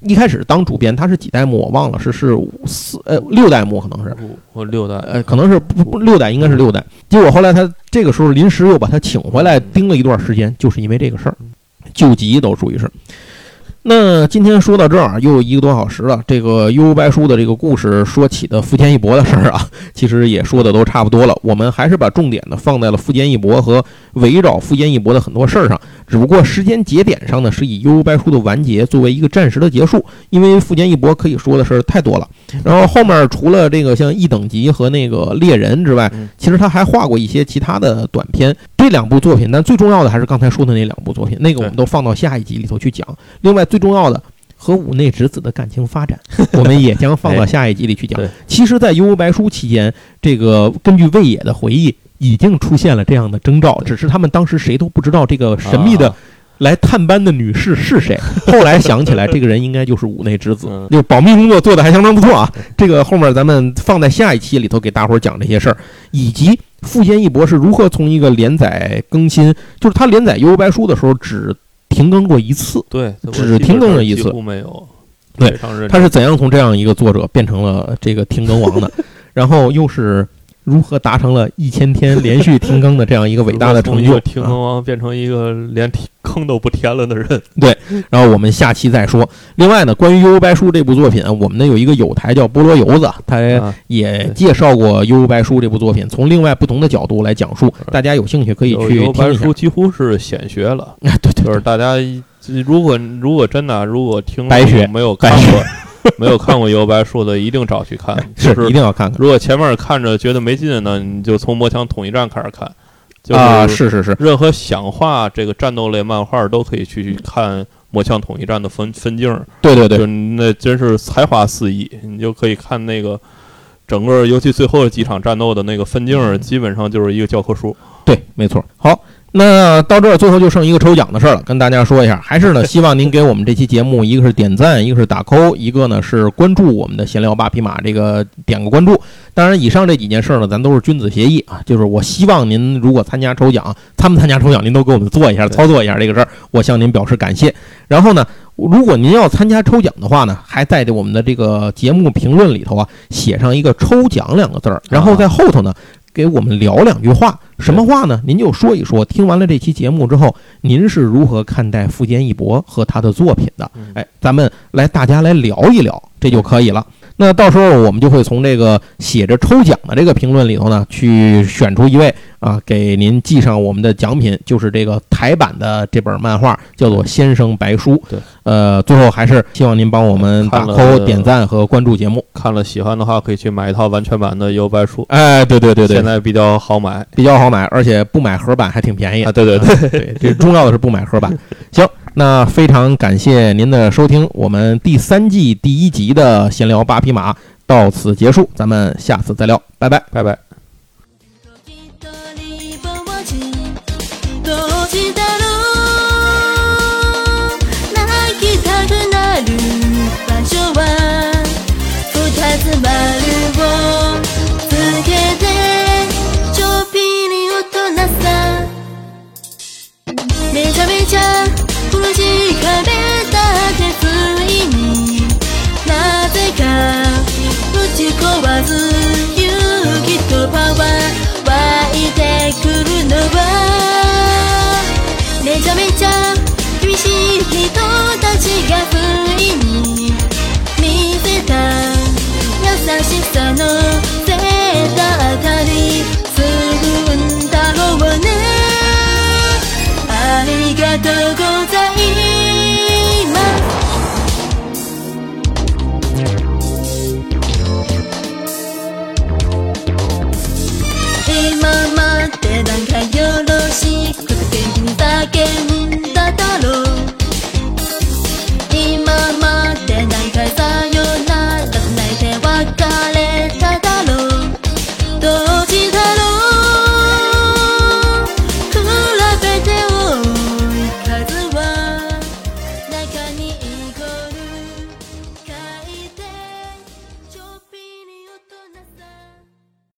一开始当主编，他是几代目我忘了，是6代目，可能是我6代， 可能是6代，应该是6代。结果后来他这个时候临时又把他请回来盯了一段时间，就是因为这个事儿，救急都属于是。那今天说到这儿又1个多小时了，这个幽游白书的这个故事说起的富坚义博的事儿啊，其实也说的都差不多了。我们还是把重点呢放在了富坚义博和围绕富坚义博的很多事儿上，只不过时间节点上呢是以幽游白书的完结作为一个暂时的结束，因为富坚义博可以说的事儿太多了。然后后面除了这个像一等级和那个猎人之外，其实他还画过一些其他的短篇，这2部作品，但最重要的还是刚才说的那2部作品，那个我们都放到下一集里头去讲。另外最重要的和五内直子的感情发展，我们也将放到下一集里去讲。其实在幽游白书期间，这个根据魏野的回忆已经出现了这样的征兆，只是他们当时谁都不知道这个神秘的来探班的女士是谁。后来想起来这个人应该就是五内直子，就保密工作做得还相当不错啊。这个后面咱们放在下一期里头给大伙儿讲这些事儿，以及富坚义博是如何从一个连载更新，就是他连载幽游白书的时候只停更过一次， 对， 只停更了一次， 几乎没有。 对，他是怎样从这样一个作者变成了这个停更王的？然后又是如何达成了1000天连续停更的这样一个伟大的成就？ 停更王变成一个连坑都不填了的人。 对，然后我们下期再说。另外呢，关于《幽游白书》这部作品，我们呢有一个友台叫菠萝油子，他也介绍过《幽游白书》这部作品，从另外不同的角度来讲述。大家有兴趣可以去听一下。幽游白书几乎是显学了， 对， 就是大家如果真的听白学没有看过。没有看过《幽游白书》的，一定找去看， 是一定要看看。 如果前面看着觉得没劲呢，你就从魔枪统一战开始看。 是， 任何想画这个战斗类漫画都可以去看魔枪统一战的分镜。 对， 就那真是才华四溢，你就可以看那个整个，尤其最后几场战斗的那个分镜，基本上就是一个教科书。 对，没错。好。那到这儿最后就剩一个抽奖的事儿了，跟大家说一下，还是呢希望您给我们这期节目一个是点赞，一个是打扣，一个呢是关注我们的闲聊8匹马，这个点个关注。当然以上这几件事呢咱都是君子协议啊，就是我希望您如果参加抽奖，他们参加抽奖您都给我们做一下操作一下这个事儿，我向您表示感谢。然后呢如果您要参加抽奖的话呢，还在我们的这个节目评论里头啊写上一个抽奖2个字儿，然后在后头呢给我们聊2句话。什么话呢？您就说一说听完了这期节目之后您是如何看待富坚义博和他的作品的。咱们大家来聊一聊，这就可以了。那到时候我们就会从这个写着抽奖的这个评论里头呢去选出一位啊，给您寄上我们的奖品，就是这个台版的这本漫画，叫做《先生白书》。 对， 最后还是希望您帮我们打扣、点赞和关注节目。 看了喜欢的话，可以去买一套完全版的《幽游白书》。 对， 现在比较好买， 而且不买盒版还挺便宜啊。对， 这重要的是不买盒版。行，那非常感谢您的收听，我们第3季第1集的闲聊8匹马到此结束，咱们下次再聊，拜拜。